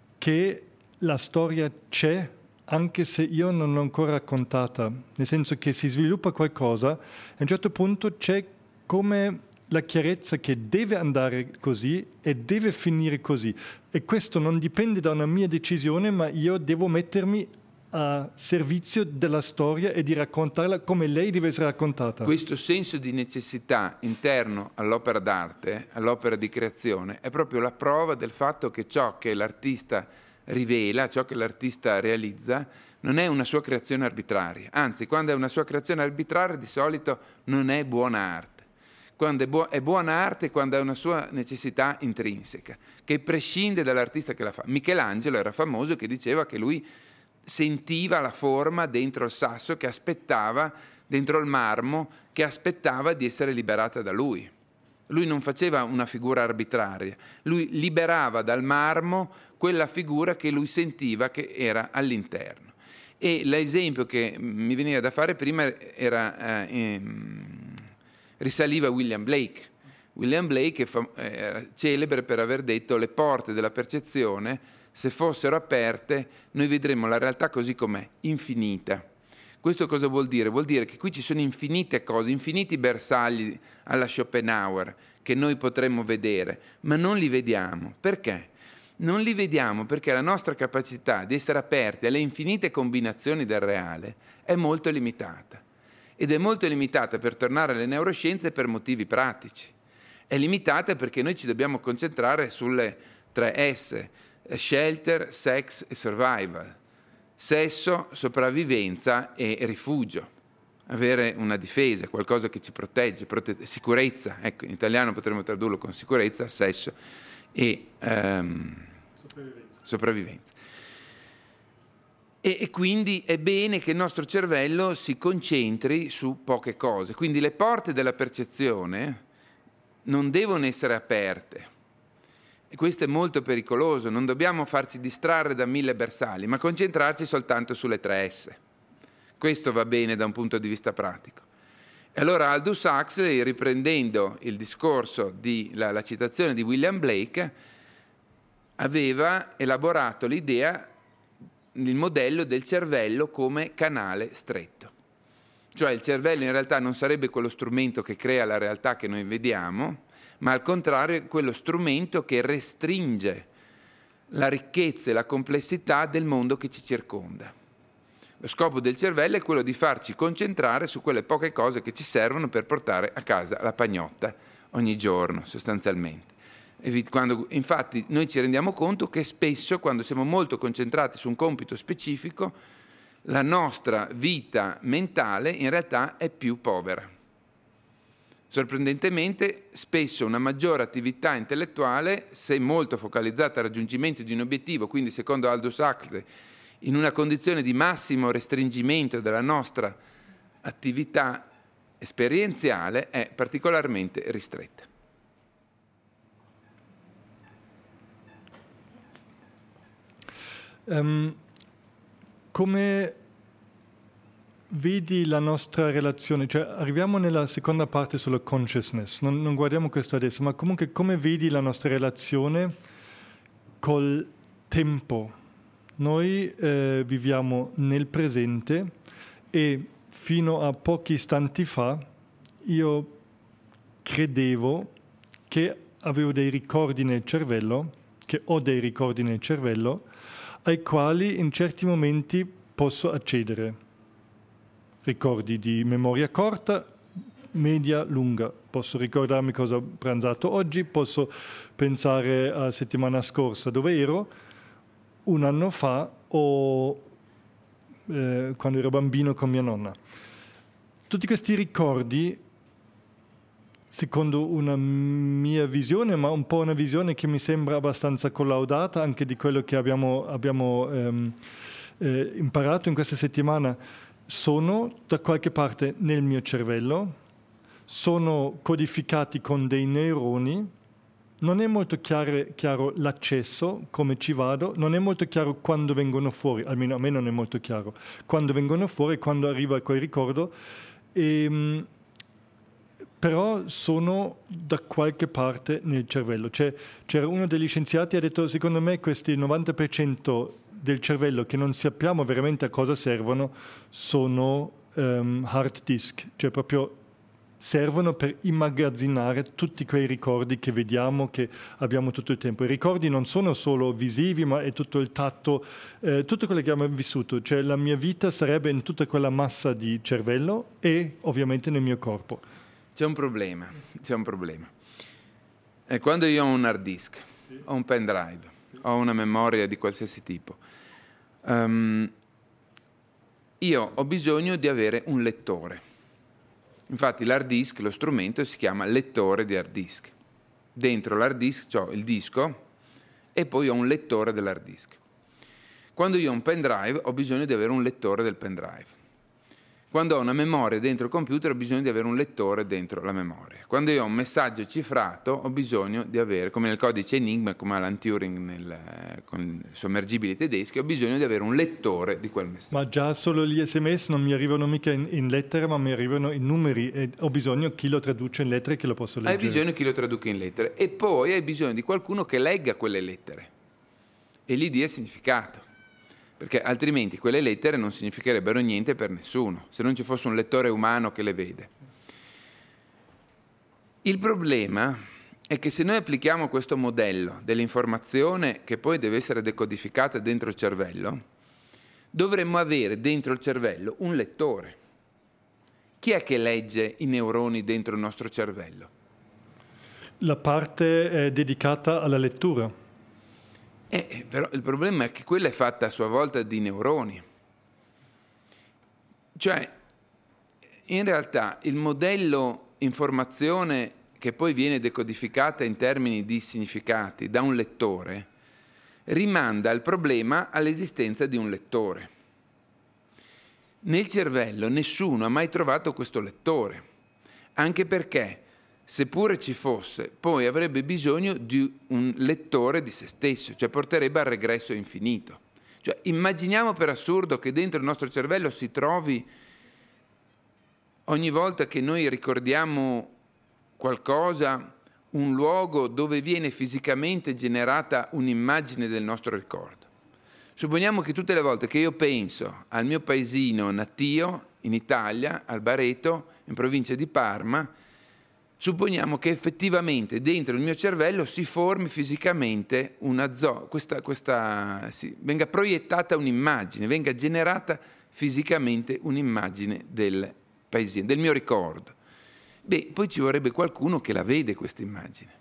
che la storia c'è anche se io non l'ho ancora raccontata, nel senso che si sviluppa qualcosa, a un certo punto c'è come la chiarezza che deve andare così e deve finire così, e questo non dipende da una mia decisione, ma io devo mettermi a servizio della storia e di raccontarla come lei deve essere raccontata. Questo senso di necessità interno all'opera d'arte, all'opera di creazione, è proprio la prova del fatto che ciò che l'artista rivela, ciò che l'artista realizza, non è una sua creazione arbitraria. Anzi, quando è una sua creazione arbitraria, di solito non è buona arte. Quando è, bu- è buona arte quando è una sua necessità intrinseca, che prescinde dall'artista che la fa. Michelangelo era famoso che diceva che lui sentiva la forma dentro il sasso che aspettava, dentro il marmo, che aspettava di essere liberata da lui. Lui non faceva una figura arbitraria, lui liberava dal marmo quella figura che lui sentiva che era all'interno. E l'esempio che mi veniva da fare prima era... Eh, ehm, risaliva William Blake. William Blake era celebre per aver detto: le porte della percezione, se fossero aperte, noi vedremmo la realtà così com'è, infinita. Questo cosa vuol dire? Vuol dire che qui ci sono infinite cose, infiniti bersagli alla Schopenhauer che noi potremmo vedere, ma non li vediamo. Perché? Non li vediamo perché la nostra capacità di essere aperti alle infinite combinazioni del reale è molto limitata. Ed è molto limitata, per tornare alle neuroscienze, per motivi pratici. È limitata perché noi ci dobbiamo concentrare sulle tre S: shelter, sex e survival. Sesso, sopravvivenza e rifugio. Avere una difesa, qualcosa che ci protegge, prote- sicurezza. Ecco, in italiano potremmo tradurlo con sicurezza, sesso e um, sopravvivenza. sopravvivenza. E, e quindi è bene che il nostro cervello si concentri su poche cose. Quindi le porte della percezione non devono essere aperte. E questo è molto pericoloso. Non dobbiamo farci distrarre da mille bersagli, ma concentrarci soltanto sulle tre S. Questo va bene da un punto di vista pratico. E allora Aldous Huxley, riprendendo il discorso, di, la, la citazione di William Blake, aveva elaborato l'idea, il modello del cervello come canale stretto. Cioè il cervello in realtà non sarebbe quello strumento che crea la realtà che noi vediamo, ma al contrario è quello strumento che restringe la ricchezza e la complessità del mondo che ci circonda. Lo scopo del cervello è quello di farci concentrare su quelle poche cose che ci servono per portare a casa la pagnotta ogni giorno, sostanzialmente. Quando, infatti noi ci rendiamo conto che spesso, quando siamo molto concentrati su un compito specifico, la nostra vita mentale in realtà è più povera. Sorprendentemente, spesso una maggiore attività intellettuale, se molto focalizzata al raggiungimento di un obiettivo, quindi secondo Aldous Huxley, in una condizione di massimo restringimento della nostra attività esperienziale, è particolarmente ristretta. Um, come vedi la nostra relazione? Cioè, arriviamo nella seconda parte sulla consciousness, non, non guardiamo questo adesso, ma comunque come vedi la nostra relazione col tempo? Noi eh, viviamo nel presente e fino a pochi istanti fa io credevo che avevo dei ricordi nel cervello, che ho dei ricordi nel cervello, ai quali in certi momenti posso accedere. Ricordi di memoria corta, media, lunga. Posso ricordarmi cosa ho pranzato oggi, posso pensare a settimana scorsa dove ero, un anno fa o eh, quando ero bambino con mia nonna. Tutti questi ricordi, secondo una mia visione, ma un po' una visione che mi sembra abbastanza collaudata anche di quello che abbiamo, abbiamo ehm, eh, imparato in questa settimana, sono da qualche parte nel mio cervello, sono codificati con dei neuroni, non è molto chiaro, chiaro l'accesso, come ci vado, non è molto chiaro quando vengono fuori, almeno a me non è molto chiaro, quando vengono fuori, quando arriva quel ricordo, e, però sono da qualche parte nel cervello. Cioè, c'era uno degli scienziati che ha detto, secondo me questi novanta per cento del cervello che non sappiamo veramente a cosa servono sono um, hard disk, cioè proprio servono per immagazzinare tutti quei ricordi che vediamo, che abbiamo tutto il tempo. I ricordi non sono solo visivi, ma è tutto il tatto, eh, tutto quello che abbiamo vissuto. Cioè la mia vita sarebbe in tutta quella massa di cervello e ovviamente nel mio corpo. C'è un problema, c'è un problema. E quando io ho un hard disk, ho un pendrive, ho una memoria di qualsiasi tipo, um, io ho bisogno di avere un lettore. Infatti l'hard disk, lo strumento, si chiama lettore di hard disk. Dentro l'hard disk ho il disco e poi ho un lettore dell'hard disk. Quando io ho un pendrive ho bisogno di avere un lettore del pendrive. Quando ho una memoria dentro il computer ho bisogno di avere un lettore dentro la memoria. Quando io ho un messaggio cifrato ho bisogno di avere, come nel codice Enigma, come Alan Turing nel, con i sommergibili tedeschi, ho bisogno di avere un lettore di quel messaggio. Ma già solo gli sms non mi arrivano mica in, in lettere, ma mi arrivano in numeri e ho bisogno chi lo traduce in lettere e che lo posso leggere. Hai bisogno chi lo traduca in lettere e poi hai bisogno di qualcuno che legga quelle lettere e gli dia significato. Perché altrimenti quelle lettere non significherebbero niente per nessuno, se non ci fosse un lettore umano che le vede. Il problema è che se noi applichiamo questo modello dell'informazione che poi deve essere decodificata dentro il cervello, dovremmo avere dentro il cervello un lettore. Chi è che legge i neuroni dentro il nostro cervello? La parte è dedicata alla lettura. Eh, però il problema è che quella è fatta a sua volta di neuroni. Cioè, in realtà il modello informazione che poi viene decodificata in termini di significati da un lettore rimanda il problema all'esistenza di un lettore. Nel cervello nessuno ha mai trovato questo lettore, anche perché seppure ci fosse, poi avrebbe bisogno di un lettore di se stesso, cioè porterebbe al regresso infinito. Cioè, immaginiamo per assurdo che dentro il nostro cervello si trovi, ogni volta che noi ricordiamo qualcosa, un luogo dove viene fisicamente generata un'immagine del nostro ricordo. Supponiamo che tutte le volte che io penso al mio paesino natio, in Italia, al Bareto, in provincia di Parma, supponiamo che effettivamente dentro il mio cervello si formi fisicamente una zona, questa, questa, sì, venga proiettata un'immagine, venga generata fisicamente un'immagine del paesino, del mio ricordo. Beh, poi ci vorrebbe qualcuno che la vede questa immagine.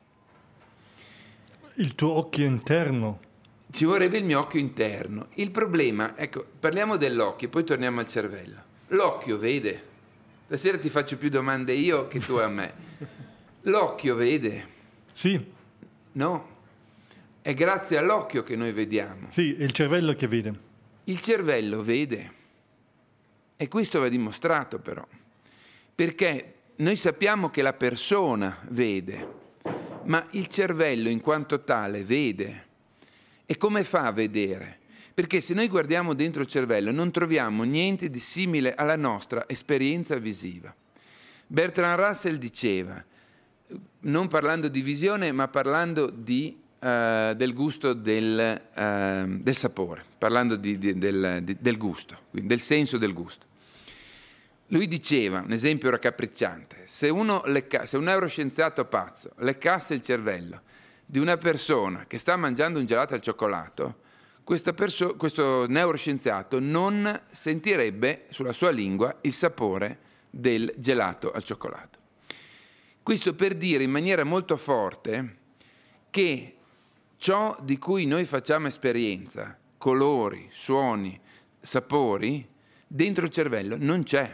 Il tuo occhio interno. Ci vorrebbe il mio occhio interno. Il problema, ecco, parliamo dell'occhio, poi torniamo al cervello. L'occhio vede. Stasera ti faccio più domande io che tu a me. L'occhio vede? Sì. No. È grazie all'occhio che noi vediamo. Sì, è il cervello che vede. Il cervello vede. E questo va dimostrato però. Perché noi sappiamo che la persona vede, ma il cervello in quanto tale vede. E come fa a vedere? Perché se noi guardiamo dentro il cervello non troviamo niente di simile alla nostra esperienza visiva. Bertrand Russell diceva, non parlando di visione, ma parlando di, uh, del gusto del, uh, del sapore, parlando di, di, del, di, del gusto, quindi del senso del gusto. Lui diceva, un esempio raccapricciante, se, uno lecca, se un neuroscienziato pazzo leccasse il cervello di una persona che sta mangiando un gelato al cioccolato, questa perso- questo neuroscienziato non sentirebbe sulla sua lingua il sapore del gelato al cioccolato. Questo per dire in maniera molto forte che ciò di cui noi facciamo esperienza, colori, suoni, sapori, dentro il cervello non c'è.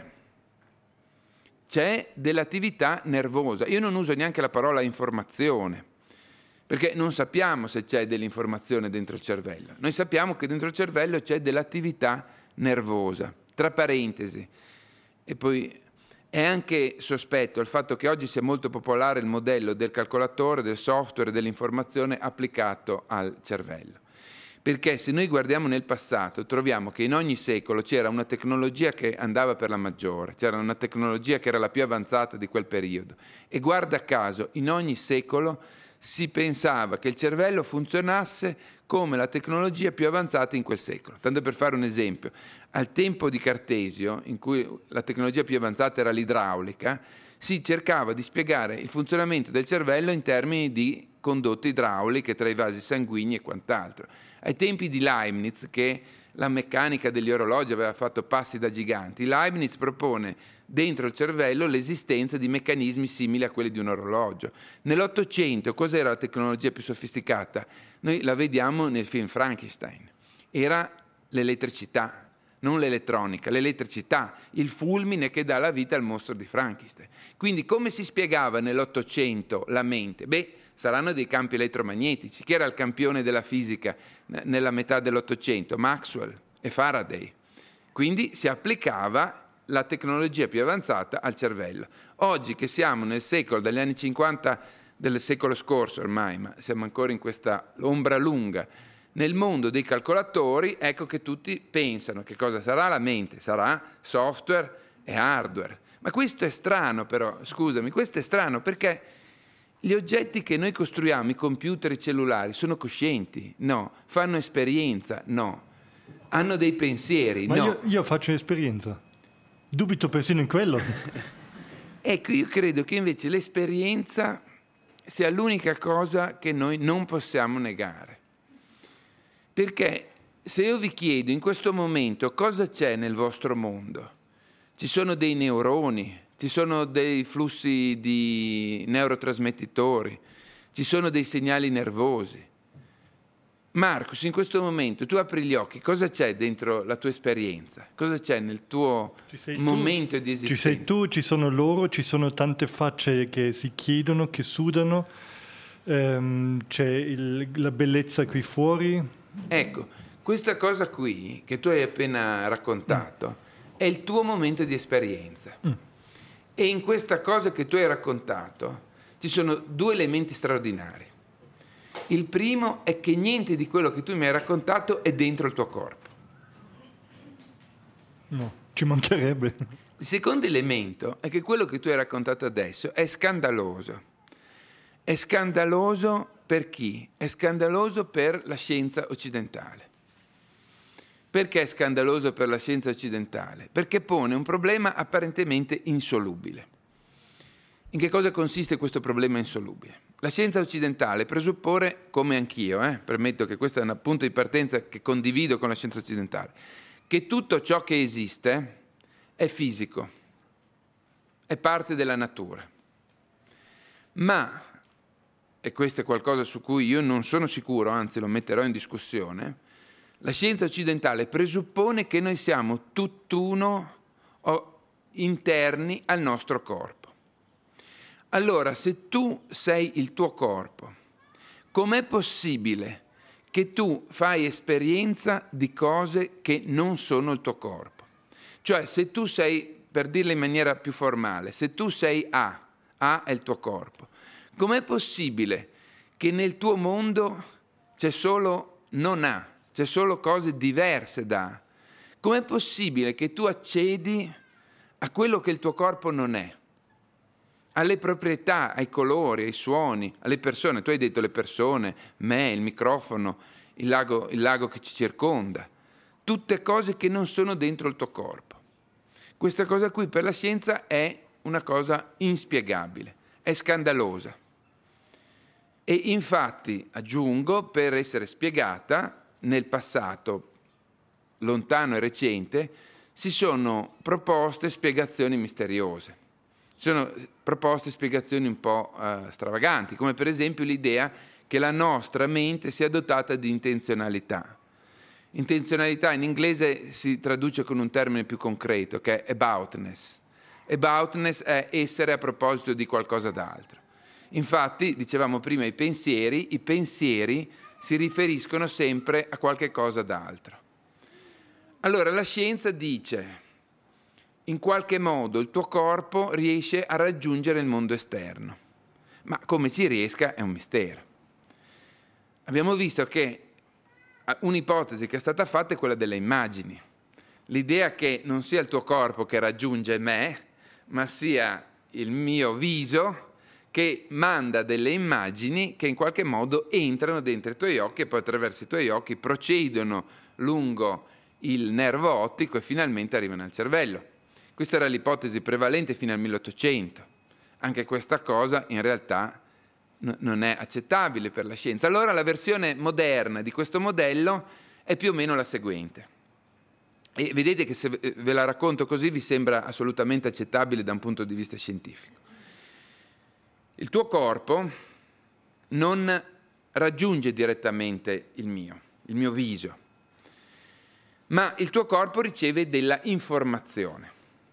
C'è dell'attività nervosa. Io non uso neanche la parola informazione, perché non sappiamo se c'è dell'informazione dentro il cervello. Noi sappiamo che dentro il cervello c'è dell'attività nervosa, tra parentesi. E poi È anche sospetto il fatto che oggi sia molto popolare il modello del calcolatore, del software, dell'informazione applicato al cervello. Perché se noi guardiamo nel passato troviamo che in ogni secolo c'era una tecnologia che andava per la maggiore, c'era una tecnologia che era la più avanzata di quel periodo e guarda caso in ogni secolo si pensava che il cervello funzionasse come la tecnologia più avanzata in quel secolo. Tanto per fare un esempio, al tempo di Cartesio, in cui la tecnologia più avanzata era l'idraulica, si cercava di spiegare il funzionamento del cervello in termini di condotte idrauliche tra i vasi sanguigni e quant'altro. Ai tempi di Leibniz, che la meccanica degli orologi aveva fatto passi da giganti, Leibniz propone dentro il cervello l'esistenza di meccanismi simili a quelli di un orologio. Nell'Ottocento cos'era la tecnologia più sofisticata? Noi la vediamo nel film Frankenstein. Era l'elettricità, non l'elettronica, l'elettricità, il fulmine che dà la vita al mostro di Frankenstein. Quindi come si spiegava nell'Ottocento la mente? Beh, saranno dei campi elettromagnetici. Chi era il campione della fisica nella metà dell'Ottocento? Maxwell e Faraday. Quindi si applicava la tecnologia più avanzata al cervello. Oggi che siamo nel secolo, dagli anni cinquanta del secolo scorso ormai, ma siamo ancora in questa ombra lunga, nel mondo dei calcolatori, ecco che tutti pensano che cosa sarà la mente, sarà software e hardware. Ma questo è strano però, scusami, questo è strano perché gli oggetti che noi costruiamo, i computer, i cellulari, sono coscienti? No. Fanno esperienza? No. Hanno dei pensieri? Ma no. io, io faccio esperienza. Dubito persino in quello. Ecco, io credo che invece l'esperienza sia l'unica cosa che noi non possiamo negare. Perché se io vi chiedo in questo momento cosa c'è nel vostro mondo, ci sono dei neuroni, ci sono dei flussi di neurotrasmettitori, ci sono dei segnali nervosi. Marcus, in questo momento tu apri gli occhi, cosa c'è dentro la tua esperienza? Cosa c'è nel tuo momento tu, di esistenza? Ci sei tu, ci sono loro, ci sono tante facce che si chiedono, che sudano, ehm, c'è il, la bellezza qui fuori. Ecco, questa cosa qui che tu hai appena raccontato mm. è il tuo momento di esperienza. Mm. E in questa cosa che tu hai raccontato ci sono due elementi straordinari. Il primo è che niente di quello che tu mi hai raccontato è dentro il tuo corpo. No, ci mancherebbe. Il secondo elemento è che quello che tu hai raccontato adesso è scandaloso. È scandaloso per chi? È scandaloso per la scienza occidentale. Perché è scandaloso per la scienza occidentale? Perché pone un problema apparentemente insolubile. In che cosa consiste questo problema insolubile? La scienza occidentale presuppone, come anch'io, eh, permetto che questo è un punto di partenza che condivido con la scienza occidentale, che tutto ciò che esiste è fisico, è parte della natura. Ma, e questo è qualcosa su cui io non sono sicuro, anzi lo metterò in discussione, la scienza occidentale presuppone che noi siamo tutt'uno o interni al nostro corpo. Allora, se tu sei il tuo corpo, com'è possibile che tu fai esperienza di cose che non sono il tuo corpo? Cioè, se tu sei, per dirla in maniera più formale, se tu sei A, A è il tuo corpo, com'è possibile che nel tuo mondo c'è solo non A, c'è solo cose diverse da A? Com'è possibile che tu accedi a quello che il tuo corpo non è? Alle proprietà, ai colori, ai suoni, alle persone. Tu hai detto le persone, me, il microfono, il lago, il lago che ci circonda. Tutte cose che non sono dentro il tuo corpo. Questa cosa qui per la scienza è una cosa inspiegabile, è scandalosa. E infatti, aggiungo, per essere spiegata, nel passato lontano e recente, si sono proposte spiegazioni misteriose. Sono proposte spiegazioni un po' uh, stravaganti, come per esempio l'idea che la nostra mente sia dotata di intenzionalità. Intenzionalità in inglese si traduce con un termine più concreto, che è aboutness. Aboutness è essere a proposito di qualcosa d'altro. Infatti, dicevamo prima, i pensieri, i pensieri si riferiscono sempre a qualche cosa d'altro. Allora, la scienza dice, in qualche modo il tuo corpo riesce a raggiungere il mondo esterno. Ma come ci riesca è un mistero. Abbiamo visto che un'ipotesi che è stata fatta è quella delle immagini. L'idea che non sia il tuo corpo che raggiunge me, ma sia il mio viso che manda delle immagini che in qualche modo entrano dentro i tuoi occhi e poi attraverso i tuoi occhi procedono lungo il nervo ottico e finalmente arrivano al cervello. Questa era l'ipotesi prevalente fino al milleottocento. Anche questa cosa in realtà n- non è accettabile per la scienza. Allora la versione moderna di questo modello è più o meno la seguente. E vedete che se ve la racconto così vi sembra assolutamente accettabile da un punto di vista scientifico. Il tuo corpo non raggiunge direttamente il mio, il mio viso, ma il tuo corpo riceve della informazione.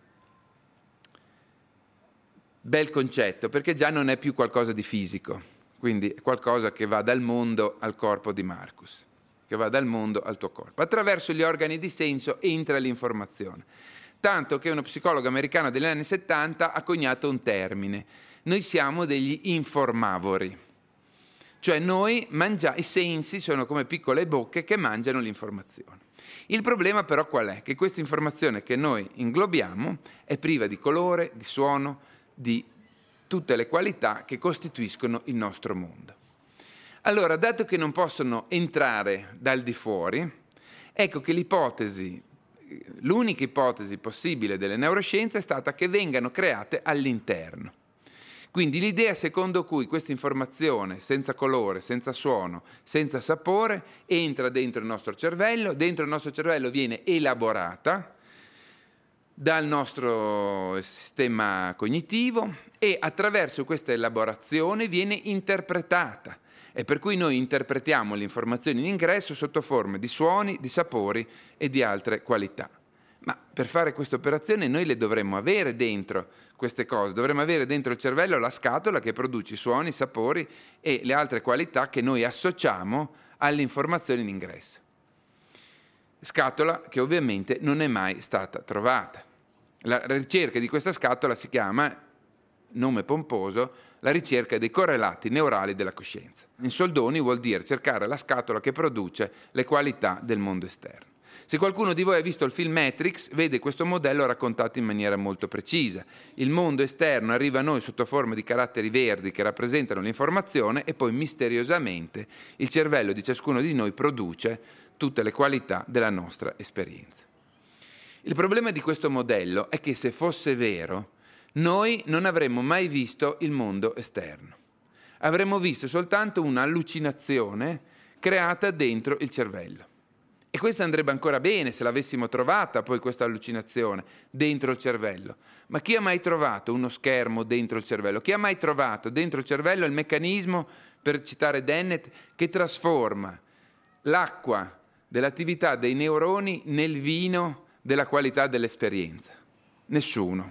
Bel concetto, perché già non è più qualcosa di fisico, quindi è qualcosa che va dal mondo al corpo di Marcus, che va dal mondo al tuo corpo. Attraverso gli organi di senso entra l'informazione, tanto che uno psicologo americano degli anni settanta ha coniato un termine. Noi siamo degli informavori, cioè noi mangiamo, i sensi sono come piccole bocche che mangiano l'informazione. Il problema però qual è? Che questa informazione che noi inglobiamo è priva di colore, di suono, di tutte le qualità che costituiscono il nostro mondo. Allora, dato che non possono entrare dal di fuori, ecco che l'ipotesi, l'unica ipotesi possibile delle neuroscienze è stata che vengano create all'interno. Quindi l'idea secondo cui questa informazione senza colore, senza suono, senza sapore entra dentro il nostro cervello, dentro il nostro cervello viene elaborata dal nostro sistema cognitivo e attraverso questa elaborazione viene interpretata. E per cui noi interpretiamo l'informazione in ingresso sotto forme di suoni, di sapori e di altre qualità. Ma per fare questa operazione noi le dovremmo avere dentro queste cose, dovremmo avere dentro il cervello la scatola che produce i suoni, i sapori e le altre qualità che noi associamo all'informazione in ingresso. Scatola che ovviamente non è mai stata trovata. La ricerca di questa scatola si chiama, nome pomposo, la ricerca dei correlati neurali della coscienza. In soldoni vuol dire cercare la scatola che produce le qualità del mondo esterno. Se qualcuno di voi ha visto il film Matrix, vede questo modello raccontato in maniera molto precisa. Il mondo esterno arriva a noi sotto forma di caratteri verdi che rappresentano l'informazione e poi misteriosamente il cervello di ciascuno di noi produce tutte le qualità della nostra esperienza. Il problema di questo modello è che se fosse vero, noi non avremmo mai visto il mondo esterno. Avremmo visto soltanto un'allucinazione creata dentro il cervello. E questo andrebbe ancora bene se l'avessimo trovata poi questa allucinazione dentro il cervello. Ma chi ha mai trovato uno schermo dentro il cervello? Chi ha mai trovato dentro il cervello il meccanismo, per citare Dennett, che trasforma l'acqua dell'attività dei neuroni nel vino della qualità dell'esperienza? Nessuno.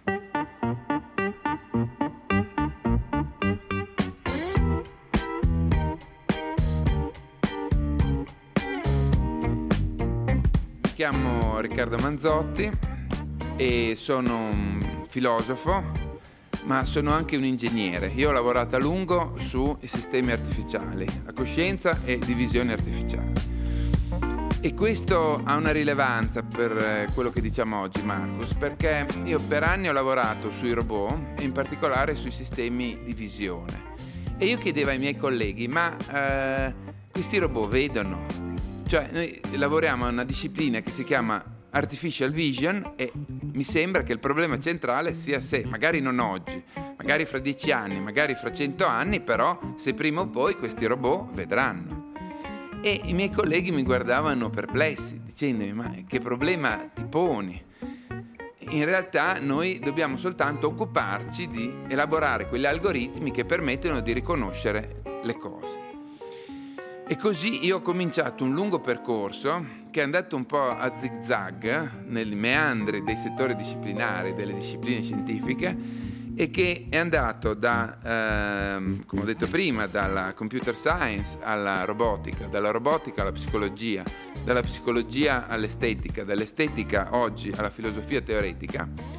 Mi chiamo Riccardo Manzotti e sono un filosofo, ma sono anche un ingegnere. Io ho lavorato a lungo sui sistemi artificiali, la coscienza e divisioni artificiali. E questo ha una rilevanza per quello che diciamo oggi, Marcus, perché io per anni ho lavorato sui robot e in particolare sui sistemi di visione. E io chiedevo ai miei colleghi, ma eh, questi robot vedono? Cioè noi lavoriamo a una disciplina che si chiama Artificial Vision e mi sembra che il problema centrale sia se, magari non oggi, magari fra dieci anni, magari fra cento anni, però se prima o poi questi robot vedranno. E i miei colleghi mi guardavano perplessi, dicendomi, ma che problema ti poni? In realtà noi dobbiamo soltanto occuparci di elaborare quegli algoritmi che permettono di riconoscere le cose. E così io ho cominciato un lungo percorso che è andato un po' a zig-zag nei meandri dei settori disciplinari, delle discipline scientifiche, e che è andato da, ehm, come ho detto prima, dalla computer science alla robotica, dalla robotica alla psicologia, dalla psicologia all'estetica, dall'estetica oggi alla filosofia teoretica.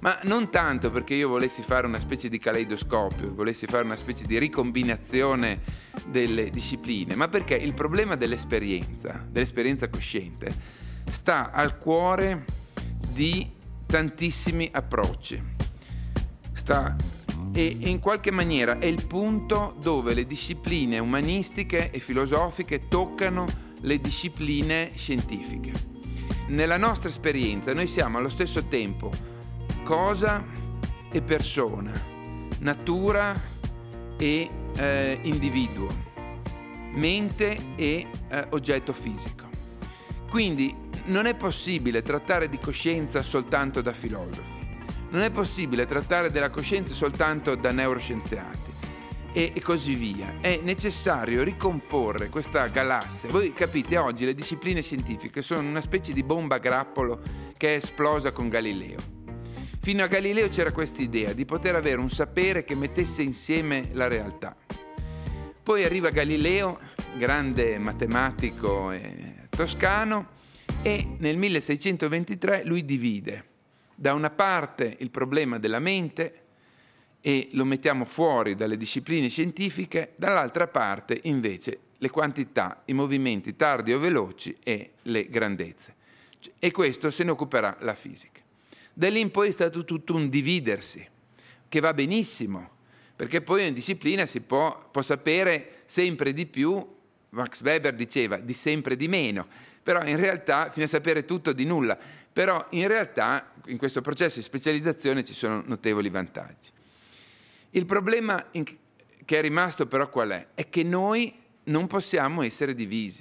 Ma non tanto perché io volessi fare una specie di caleidoscopio, volessi fare una specie di ricombinazione delle discipline, ma perché il problema dell'esperienza, dell'esperienza cosciente, sta al cuore di tantissimi approcci. Sta, e, e in qualche maniera è il punto dove le discipline umanistiche e filosofiche toccano le discipline scientifiche. Nella nostra esperienza noi siamo allo stesso tempo cosa e persona, natura e eh, individuo, mente e eh, oggetto fisico. Quindi non è possibile trattare di coscienza soltanto da filosofi, non è possibile trattare della coscienza soltanto da neuroscienziati e, e così via. È necessario ricomporre questa galassia. Voi capite, oggi le discipline scientifiche sono una specie di bomba a grappolo che è esplosa con Galileo. Fino a Galileo c'era questa idea di poter avere un sapere che mettesse insieme la realtà. Poi arriva Galileo, grande matematico eh, toscano, e nel milleseicentoventitré lui divide da una parte il problema della mente e lo mettiamo fuori dalle discipline scientifiche, dall'altra parte invece le quantità, i movimenti tardi o veloci e le grandezze. E questo se ne occuperà la fisica. Da lì in poi è stato tutto un dividersi, che va benissimo, perché poi in disciplina si può, può sapere sempre di più, Max Weber diceva di sempre di meno, però in realtà, fino a sapere tutto di nulla, però in realtà in questo processo di specializzazione ci sono notevoli vantaggi. Il problema in, che è rimasto però qual è? È che noi non possiamo essere divisi.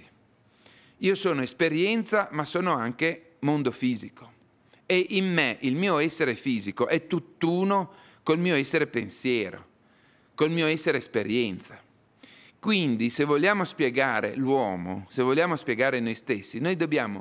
Io sono esperienza, ma sono anche mondo fisico. E in me il mio essere fisico è tutt'uno col mio essere pensiero, col mio essere esperienza. Quindi se vogliamo spiegare l'uomo, se vogliamo spiegare noi stessi, noi dobbiamo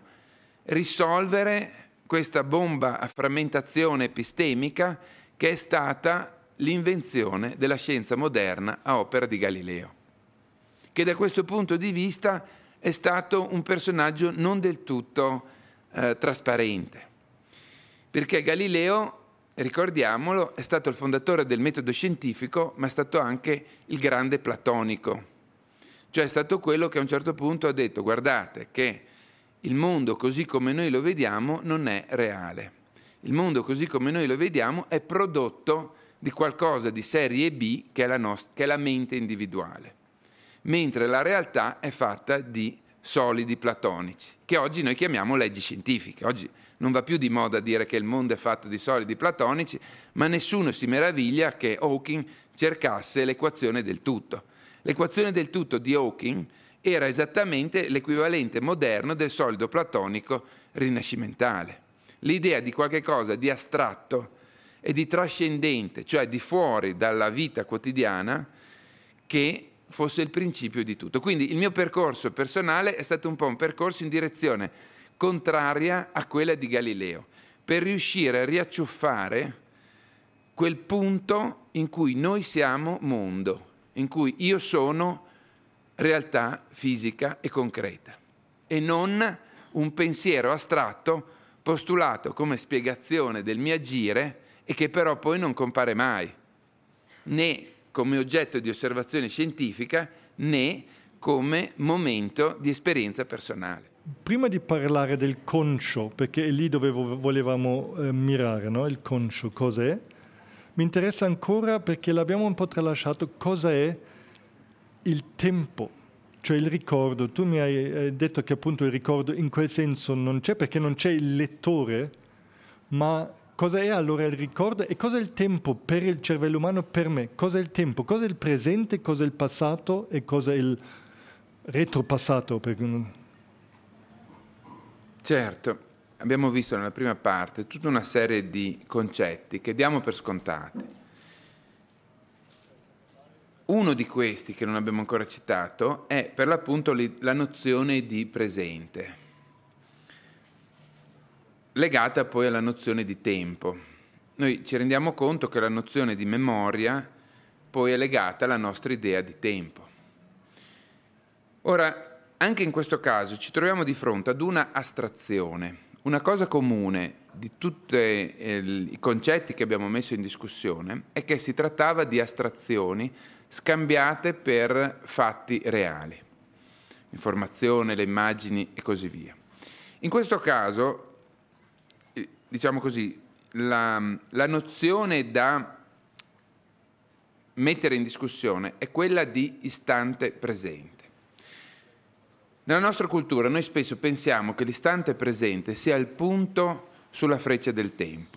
risolvere questa bomba a frammentazione epistemica che è stata l'invenzione della scienza moderna a opera di Galileo, che da questo punto di vista è stato un personaggio non del tutto eh, trasparente. Perché Galileo, ricordiamolo, è stato il fondatore del metodo scientifico, ma è stato anche il grande platonico. Cioè è stato quello che a un certo punto ha detto: guardate che il mondo così come noi lo vediamo non è reale. Il mondo così come noi lo vediamo è prodotto di qualcosa di serie B che è la, nostra, che è la mente individuale. Mentre la realtà è fatta di solidi platonici, che oggi noi chiamiamo leggi scientifiche. Oggi non va più di moda dire che il mondo è fatto di solidi platonici, ma nessuno si meraviglia che Hawking cercasse l'equazione del tutto. L'equazione del tutto di Hawking era esattamente l'equivalente moderno del solido platonico rinascimentale. L'idea di qualche cosa di astratto e di trascendente, cioè di fuori dalla vita quotidiana, che fosse il principio di tutto. Quindi il mio percorso personale è stato un po' un percorso in direzione contraria a quella di Galileo, per riuscire a riacciuffare quel punto in cui noi siamo mondo, in cui io sono realtà fisica e concreta, e non un pensiero astratto postulato come spiegazione del mio agire e che però poi non compare mai, né come oggetto di osservazione scientifica, né come momento di esperienza personale. Prima di parlare del conscio, perché è lì dove volevamo eh, mirare, no? Il conscio, cos'è? Mi interessa ancora, perché l'abbiamo un po' tralasciato, cosa è il tempo, cioè il ricordo. Tu mi hai detto che appunto il ricordo in quel senso non c'è, perché non c'è il lettore, ma cosa è allora il ricordo e cosa è il tempo per il cervello umano, per me? Cosa è il tempo? Cosa è il presente, cosa è il passato e cosa è il retropassato? Perché... Certo, abbiamo visto nella prima parte tutta una serie di concetti che diamo per scontati. Uno di questi, che non abbiamo ancora citato, è per l'appunto la nozione di presente, legata poi alla nozione di tempo. Noi ci rendiamo conto che la nozione di memoria poi è legata alla nostra idea di tempo. Ora, anche in questo caso ci troviamo di fronte ad una astrazione, una cosa comune di tutti eh, i concetti che abbiamo messo in discussione è che si trattava di astrazioni scambiate per fatti reali, l'informazione, le immagini e così via. In questo caso, eh, diciamo così, la, la nozione da mettere in discussione è quella di istante presente. Nella nostra cultura noi spesso pensiamo che l'istante presente sia il punto sulla freccia del tempo.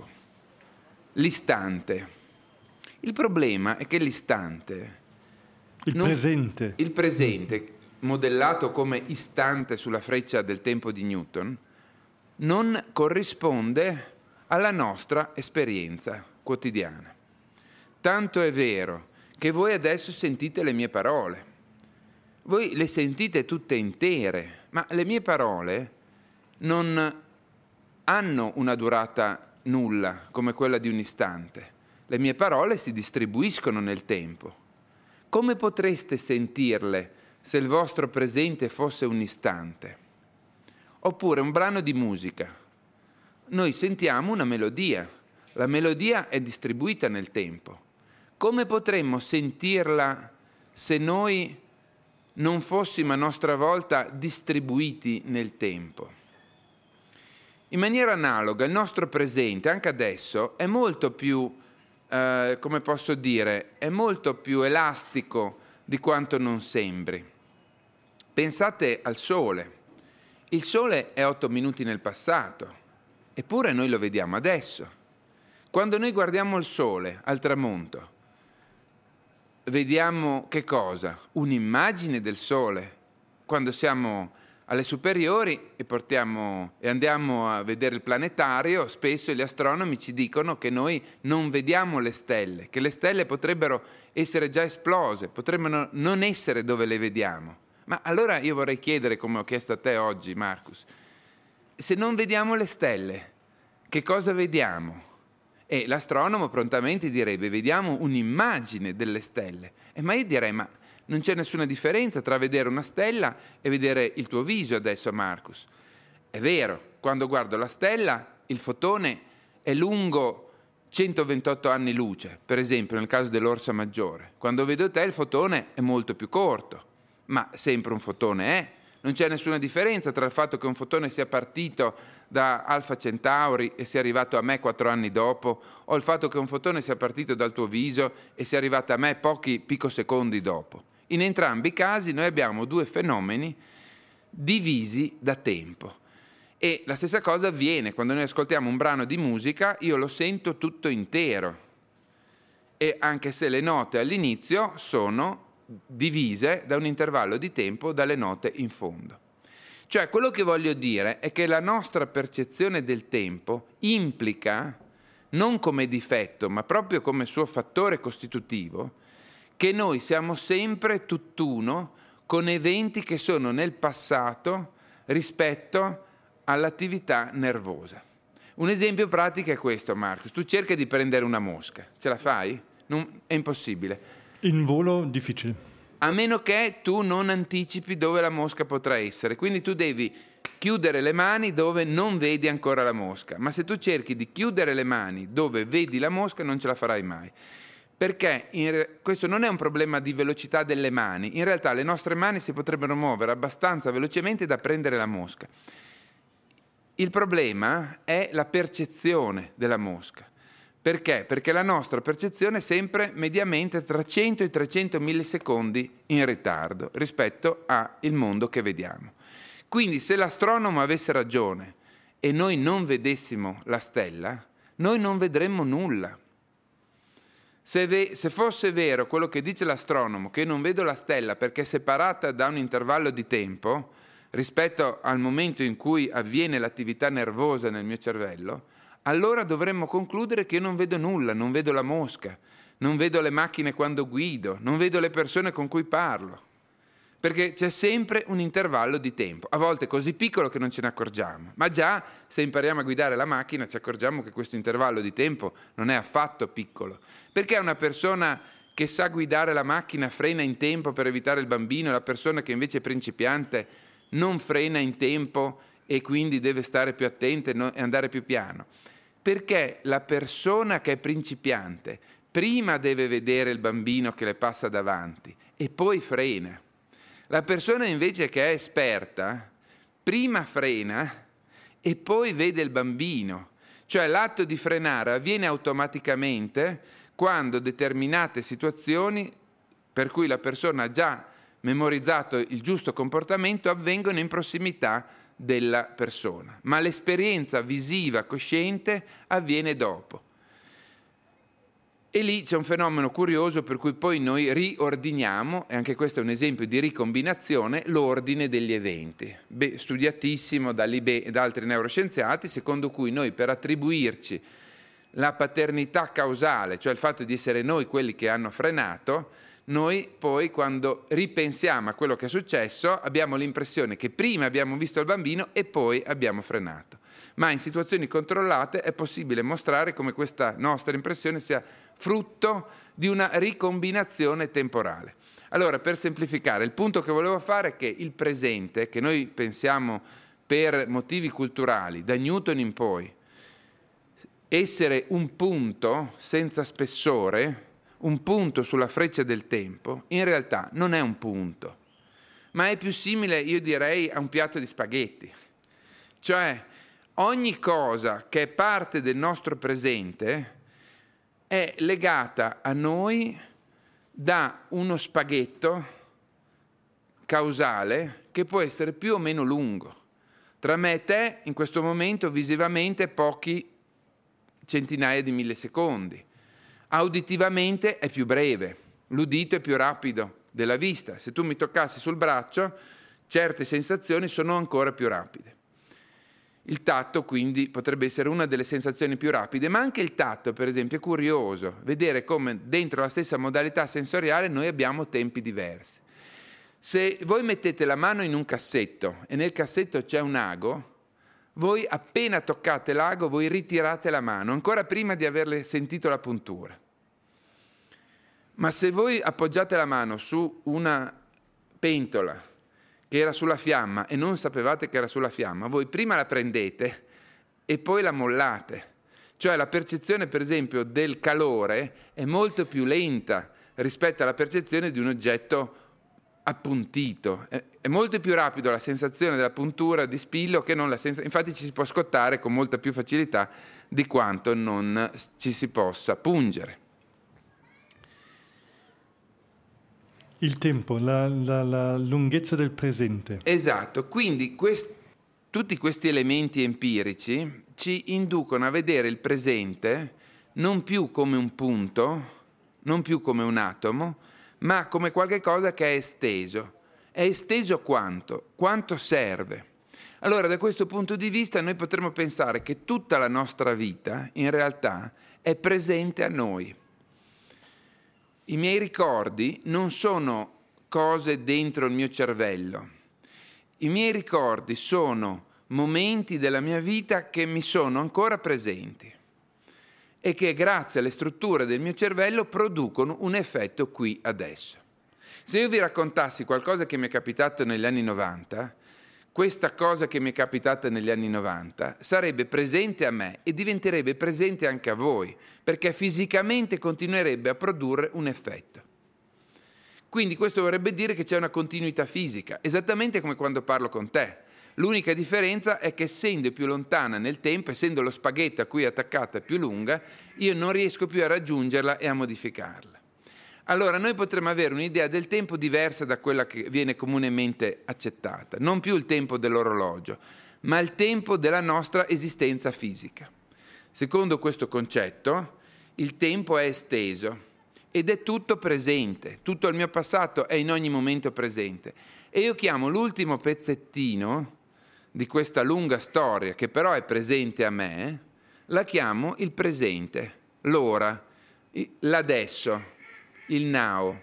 L'istante. Il problema è che l'istante... Il non, presente. Il presente, modellato come istante sulla freccia del tempo di Newton, non corrisponde alla nostra esperienza quotidiana. Tanto è vero che voi adesso sentite le mie parole. Voi le sentite tutte intere, ma le mie parole non hanno una durata nulla come quella di un istante. Le mie parole si distribuiscono nel tempo. Come potreste sentirle se il vostro presente fosse un istante? Oppure un brano di musica. Noi sentiamo una melodia. La melodia è distribuita nel tempo. Come potremmo sentirla se noi non fossimo a nostra volta distribuiti nel tempo? In maniera analoga, il nostro presente, anche adesso, è molto più, eh, come posso dire, è molto più elastico di quanto non sembri. Pensate al Sole. Il Sole è otto minuti nel passato, eppure noi lo vediamo adesso. Quando noi guardiamo il Sole al tramonto, vediamo che cosa? Un'immagine del Sole. Quando siamo alle superiori e, portiamo, e andiamo a vedere il planetario, spesso gli astronomi ci dicono che noi non vediamo le stelle, che le stelle potrebbero essere già esplose, potrebbero non essere dove le vediamo. Ma allora io vorrei chiedere, come ho chiesto a te oggi, Marcus, se non vediamo le stelle, che cosa vediamo? E l'astronomo prontamente direbbe: vediamo un'immagine delle stelle. E ma io direi: ma non c'è nessuna differenza tra vedere una stella e vedere il tuo viso adesso, Marcus. È vero, quando guardo la stella, il fotone è lungo centoventotto anni luce, per esempio nel caso dell'Orsa Maggiore. Quando vedo te il fotone è molto più corto, ma sempre un fotone è. Non c'è nessuna differenza tra il fatto che un fotone sia partito da Alfa Centauri e sia arrivato a me quattro anni dopo, o il fatto che un fotone sia partito dal tuo viso e sia arrivato a me pochi picosecondi dopo. In entrambi i casi noi abbiamo due fenomeni divisi da tempo. E la stessa cosa avviene quando noi ascoltiamo un brano di musica, io lo sento tutto intero. E anche se le note all'inizio sono divise da un intervallo di tempo dalle note in fondo. Cioè, quello che voglio dire è che la nostra percezione del tempo implica, non come difetto, ma proprio come suo fattore costitutivo, che noi siamo sempre tutt'uno con eventi che sono nel passato rispetto all'attività nervosa. Un esempio pratico è questo, Marcus. Tu cerchi di prendere una mosca, ce la fai? Non, è impossibile. In volo difficile. A meno che tu non anticipi dove la mosca potrà essere. Quindi tu devi chiudere le mani dove non vedi ancora la mosca. Ma se tu cerchi di chiudere le mani dove vedi la mosca, non ce la farai mai. Perché in, questo non è un problema di velocità delle mani. In realtà le nostre mani si potrebbero muovere abbastanza velocemente da prendere la mosca. Il problema è la percezione della mosca. Perché? Perché la nostra percezione è sempre mediamente tra cento e trecento millisecondi in ritardo rispetto al mondo che vediamo. Quindi se l'astronomo avesse ragione e noi non vedessimo la stella, noi non vedremmo nulla. Se, ve- se fosse vero quello che dice l'astronomo, che io non vedo la stella perché è separata da un intervallo di tempo rispetto al momento in cui avviene l'attività nervosa nel mio cervello, allora dovremmo concludere che io non vedo nulla, non vedo la mosca, non vedo le macchine quando guido, non vedo le persone con cui parlo, perché c'è sempre un intervallo di tempo, a volte così piccolo che non ce ne accorgiamo, ma già se impariamo a guidare la macchina ci accorgiamo che questo intervallo di tempo non è affatto piccolo. Perché una persona che sa guidare la macchina frena in tempo per evitare il bambino e la persona che invece è principiante non frena in tempo e quindi deve stare più attenta e andare più piano? Perché la persona che è principiante prima deve vedere il bambino che le passa davanti e poi frena. La persona invece che è esperta prima frena e poi vede il bambino. Cioè l'atto di frenare avviene automaticamente quando determinate situazioni per cui la persona ha già memorizzato il giusto comportamento avvengono in prossimità della persona, ma l'esperienza visiva cosciente avviene dopo. E lì c'è un fenomeno curioso per cui poi noi riordiniamo, e anche questo è un esempio di ricombinazione, l'ordine degli eventi. Beh, studiatissimo da Libet e da altri neuroscienziati, secondo cui noi per attribuirci la paternità causale, cioè il fatto di essere noi quelli che hanno frenato, noi poi quando ripensiamo a quello che è successo abbiamo l'impressione che prima abbiamo visto il bambino e poi abbiamo frenato. Ma in situazioni controllate è possibile mostrare come questa nostra impressione sia frutto di una ricombinazione temporale. Allora, per semplificare, il punto che volevo fare è che il presente, che noi pensiamo per motivi culturali, da Newton in poi, essere un punto senza spessore, un punto sulla freccia del tempo, in realtà non è un punto, ma è più simile, io direi, a un piatto di spaghetti. Cioè, ogni cosa che è parte del nostro presente è legata a noi da uno spaghetto causale che può essere più o meno lungo. Tra me e te, in questo momento, visivamente, pochi centinaia di millisecondi. Auditivamente è più breve, l'udito è più rapido della vista. Se tu mi toccassi sul braccio, certe sensazioni sono ancora più rapide. Il tatto quindi potrebbe essere una delle sensazioni più rapide, ma anche il tatto, per esempio, è curioso vedere come dentro la stessa modalità sensoriale noi abbiamo tempi diversi. Se voi mettete la mano in un cassetto e nel cassetto c'è un ago, voi appena toccate l'ago, voi ritirate la mano, ancora prima di averle sentito la puntura. Ma se voi appoggiate la mano su una pentola che era sulla fiamma e non sapevate che era sulla fiamma, voi prima la prendete e poi la mollate. Cioè la percezione, per esempio, del calore è molto più lenta rispetto alla percezione di un oggetto appuntito. È molto più rapido la sensazione della puntura di spillo che non la sensazione. Infatti ci si può scottare con molta più facilità di quanto non ci si possa pungere. Il tempo, la, la, la lunghezza del presente. Esatto, quindi quest- tutti questi elementi empirici ci inducono a vedere il presente non più come un punto, non più come un atomo, ma come qualche cosa che è esteso. È esteso quanto? Quanto serve? Allora, da questo punto di vista noi potremmo pensare che tutta la nostra vita, in realtà, è presente a noi. I miei ricordi non sono cose dentro il mio cervello. I miei ricordi sono momenti della mia vita che mi sono ancora presenti e che grazie alle strutture del mio cervello producono un effetto qui adesso. Se io vi raccontassi qualcosa che mi è capitato negli anni novanta, questa cosa che mi è capitata negli anni novanta sarebbe presente a me e diventerebbe presente anche a voi, perché fisicamente continuerebbe a produrre un effetto. Quindi questo vorrebbe dire che c'è una continuità fisica, esattamente come quando parlo con te. L'unica differenza è che essendo più lontana nel tempo, essendo lo spaghetto a cui è attaccata più lunga, io non riesco più a raggiungerla e a modificarla. Allora noi potremmo avere un'idea del tempo diversa da quella che viene comunemente accettata, non più il tempo dell'orologio, ma il tempo della nostra esistenza fisica. Secondo questo concetto, il tempo è esteso ed è tutto presente, tutto il mio passato è in ogni momento presente. E io chiamo l'ultimo pezzettino di questa lunga storia, che però è presente a me, la chiamo il presente, l'ora, l'adesso, il now.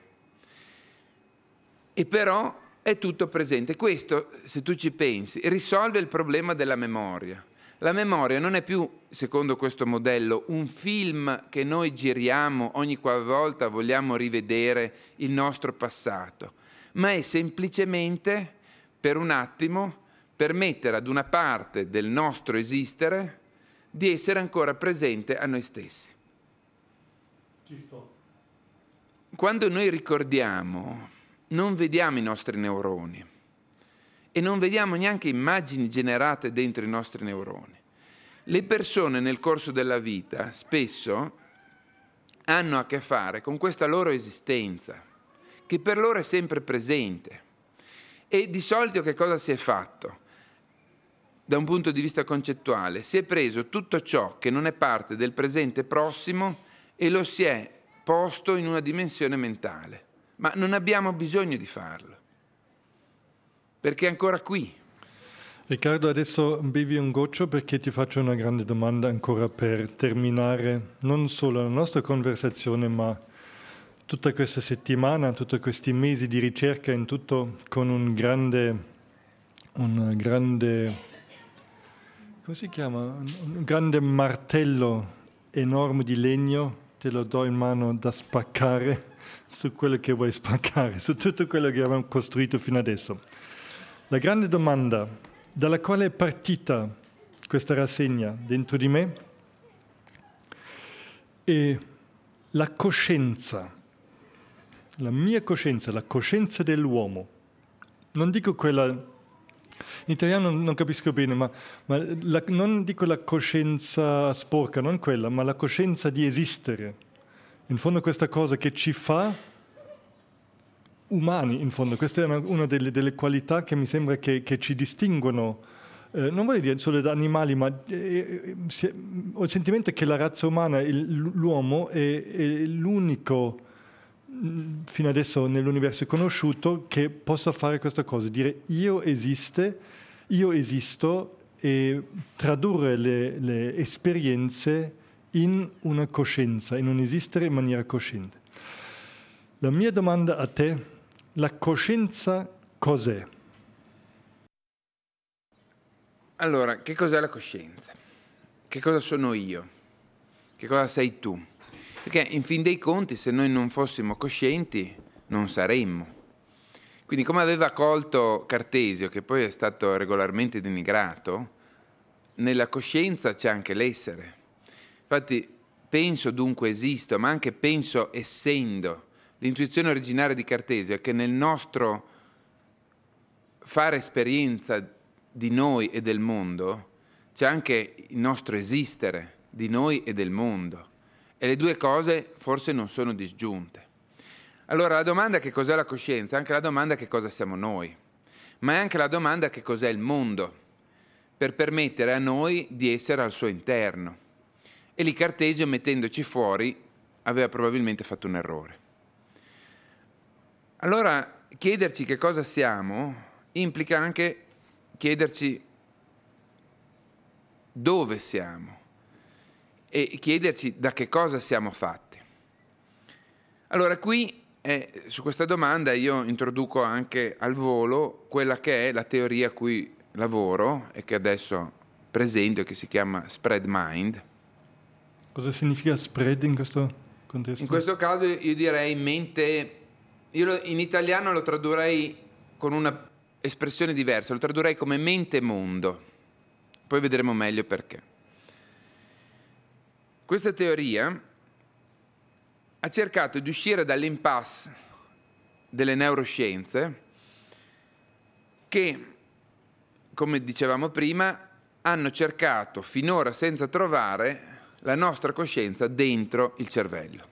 E però è tutto presente. Questo, se tu ci pensi, risolve il problema della memoria. La memoria non è più, secondo questo modello, un film che noi giriamo ogni qualvolta vogliamo rivedere il nostro passato, ma è semplicemente, per un attimo, permettere ad una parte del nostro esistere di essere ancora presente a noi stessi. Ci sto. Quando noi ricordiamo, non vediamo i nostri neuroni e non vediamo neanche immagini generate dentro i nostri neuroni. Le persone nel corso della vita spesso hanno a che fare con questa loro esistenza, che per loro è sempre presente. E di solito che cosa si è fatto? Da un punto di vista concettuale, si è preso tutto ciò che non è parte del presente prossimo e lo si è posto in una dimensione mentale. Ma non abbiamo bisogno di farlo, perché è ancora qui. Riccardo, adesso bevi un goccio perché ti faccio una grande domanda ancora per terminare non solo la nostra conversazione, ma tutta questa settimana, tutti questi mesi di ricerca in tutto con un grande, un grande, come si chiama? Un grande martello enorme di legno, te lo do in mano da spaccare su quello che vuoi spaccare, su tutto quello che abbiamo costruito fino adesso. La grande domanda dalla quale è partita questa rassegna dentro di me è la coscienza, la mia coscienza, la coscienza dell'uomo. Non dico quella, in italiano non capisco bene, ma, ma la, non dico la coscienza sporca, non quella, ma la coscienza di esistere. In fondo questa cosa che ci fa umani, in fondo. Questa è una, una delle, delle qualità che mi sembra che, che ci distinguono, eh, non voglio dire solo da animali, ma eh, si, ho il sentimento che la razza umana, il, l'uomo, è, è l'unico fino adesso nell'universo conosciuto che possa fare questa cosa, dire io esiste, io esisto e tradurre le, le esperienze in una coscienza, in un esistere in maniera cosciente. La mia domanda a te, la coscienza cos'è? Allora, che cos'è la coscienza? Che cosa sono io? Che cosa sei tu? Perché in fin dei conti, se noi non fossimo coscienti, non saremmo. Quindi, come aveva colto Cartesio, che poi è stato regolarmente denigrato, nella coscienza c'è anche l'essere. Infatti, penso dunque esisto, ma anche penso essendo. L'intuizione originaria di Cartesio è che nel nostro fare esperienza di noi e del mondo c'è anche il nostro esistere di noi e del mondo. E le due cose forse non sono disgiunte. Allora la domanda che cos'è la coscienza è anche la domanda che cosa siamo noi, ma è anche la domanda che cos'è il mondo, per permettere a noi di essere al suo interno. E lì Cartesio, mettendoci fuori, aveva probabilmente fatto un errore. Allora chiederci che cosa siamo implica anche chiederci dove siamo e chiederci da che cosa siamo fatti. Allora qui, eh, su questa domanda, io introduco anche al volo quella che è la teoria a cui lavoro e che adesso presento e che si chiama Spread Mind. Cosa significa spread in questo contesto? In questo caso io direi mente, io lo, in italiano lo tradurrei con una espressione diversa, lo tradurrei come mente mondo, poi vedremo meglio perché. Questa teoria ha cercato di uscire dall'impasse delle neuroscienze che, come dicevamo prima, hanno cercato finora senza trovare la nostra coscienza dentro il cervello.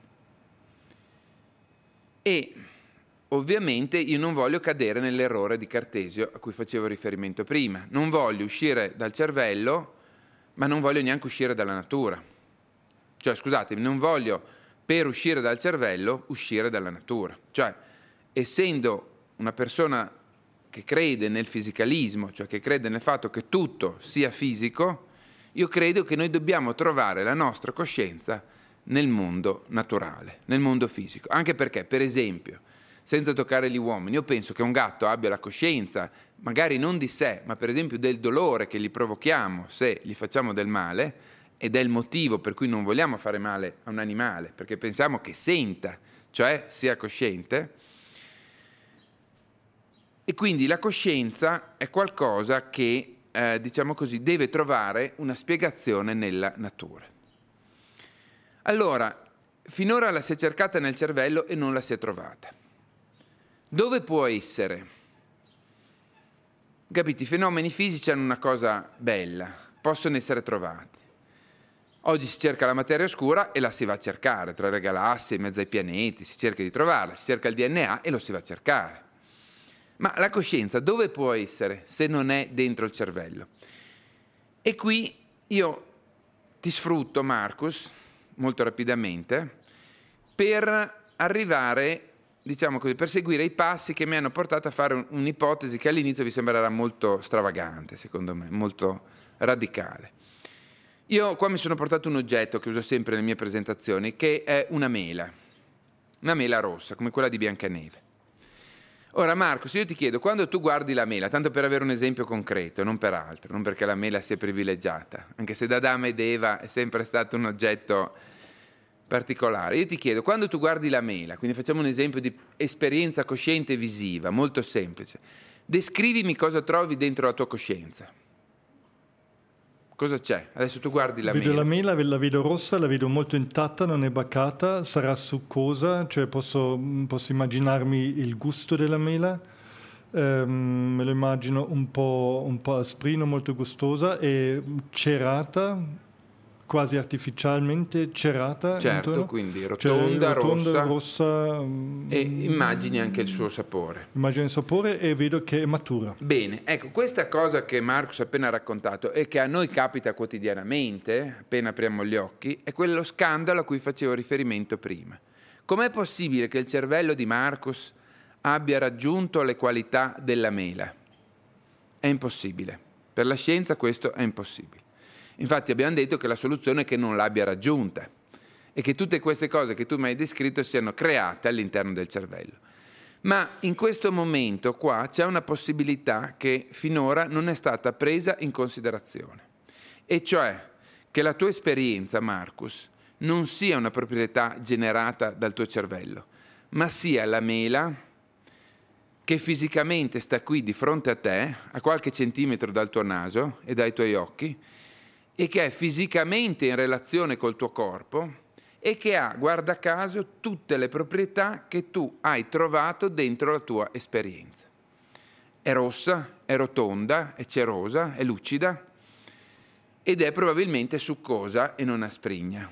E ovviamente io non voglio cadere nell'errore di Cartesio a cui facevo riferimento prima. Non voglio uscire dal cervello, ma non voglio neanche uscire dalla natura. Cioè, scusatemi, non voglio per uscire dal cervello uscire dalla natura. Cioè, essendo una persona che crede nel fisicalismo, cioè che crede nel fatto che tutto sia fisico, io credo che noi dobbiamo trovare la nostra coscienza nel mondo naturale, nel mondo fisico. Anche perché, per esempio, senza toccare gli uomini, io penso che un gatto abbia la coscienza, magari non di sé, ma per esempio del dolore che gli provochiamo se gli facciamo del male, ed è il motivo per cui non vogliamo fare male a un animale, perché pensiamo che senta, cioè sia cosciente. E quindi la coscienza è qualcosa che, eh, diciamo così, deve trovare una spiegazione nella natura. Allora, finora la si è cercata nel cervello e non la si è trovata. Dove può essere? Capite, i fenomeni fisici hanno una cosa bella, possono essere trovati. Oggi si cerca la materia oscura e la si va a cercare, tra le galassie, in mezzo ai pianeti, si cerca di trovarla, si cerca il D N A e lo si va a cercare. Ma la coscienza dove può essere se non è dentro il cervello? E qui io ti sfrutto, Marcus, molto rapidamente, per arrivare, diciamo così, per seguire i passi che mi hanno portato a fare un, un'ipotesi che all'inizio vi sembrerà molto stravagante, secondo me, molto radicale. Io qua mi sono portato un oggetto che uso sempre nelle mie presentazioni, che è una mela, una mela rossa, come quella di Biancaneve. Ora Marco, se io ti chiedo, quando tu guardi la mela, tanto per avere un esempio concreto, non per altro, non perché la mela sia privilegiata, anche se da Adamo ed Eva è sempre stato un oggetto particolare, io ti chiedo, quando tu guardi la mela, quindi facciamo un esempio di esperienza cosciente visiva, molto semplice, descrivimi cosa trovi dentro la tua coscienza. Cosa c'è? Adesso tu guardi la vedo mela. La mela, la vedo rossa, la vedo molto intatta, non è baccata, sarà succosa, cioè posso, posso immaginarmi il gusto della mela, ehm, me lo immagino un po', un po' asprino, molto gustosa e cerata, quasi artificialmente cerata. Certo, intorno. quindi rotonda, cioè, rotonda rossa, rossa. E immagini anche il suo sapore. Immagino il sapore e vedo che è matura. Bene, ecco, questa cosa che Marcus ha appena raccontato e che a noi capita quotidianamente, appena apriamo gli occhi, è quello scandalo a cui facevo riferimento prima. Com'è possibile che il cervello di Marcus abbia raggiunto le qualità della mela? È impossibile. Per la scienza questo è impossibile. Infatti abbiamo detto che la soluzione è che non l'abbia raggiunta e che tutte queste cose che tu mi hai descritto siano create all'interno del cervello. Ma in questo momento qua c'è una possibilità che finora non è stata presa in considerazione, e cioè che la tua esperienza, Marcus, non sia una proprietà generata dal tuo cervello, ma sia la mela che fisicamente sta qui di fronte a te, a qualche centimetro dal tuo naso e dai tuoi occhi, e che è fisicamente in relazione col tuo corpo e che ha, guarda caso, tutte le proprietà che tu hai trovato dentro la tua esperienza. È rossa, è rotonda, è cerosa, è lucida ed è probabilmente succosa e non asprigna.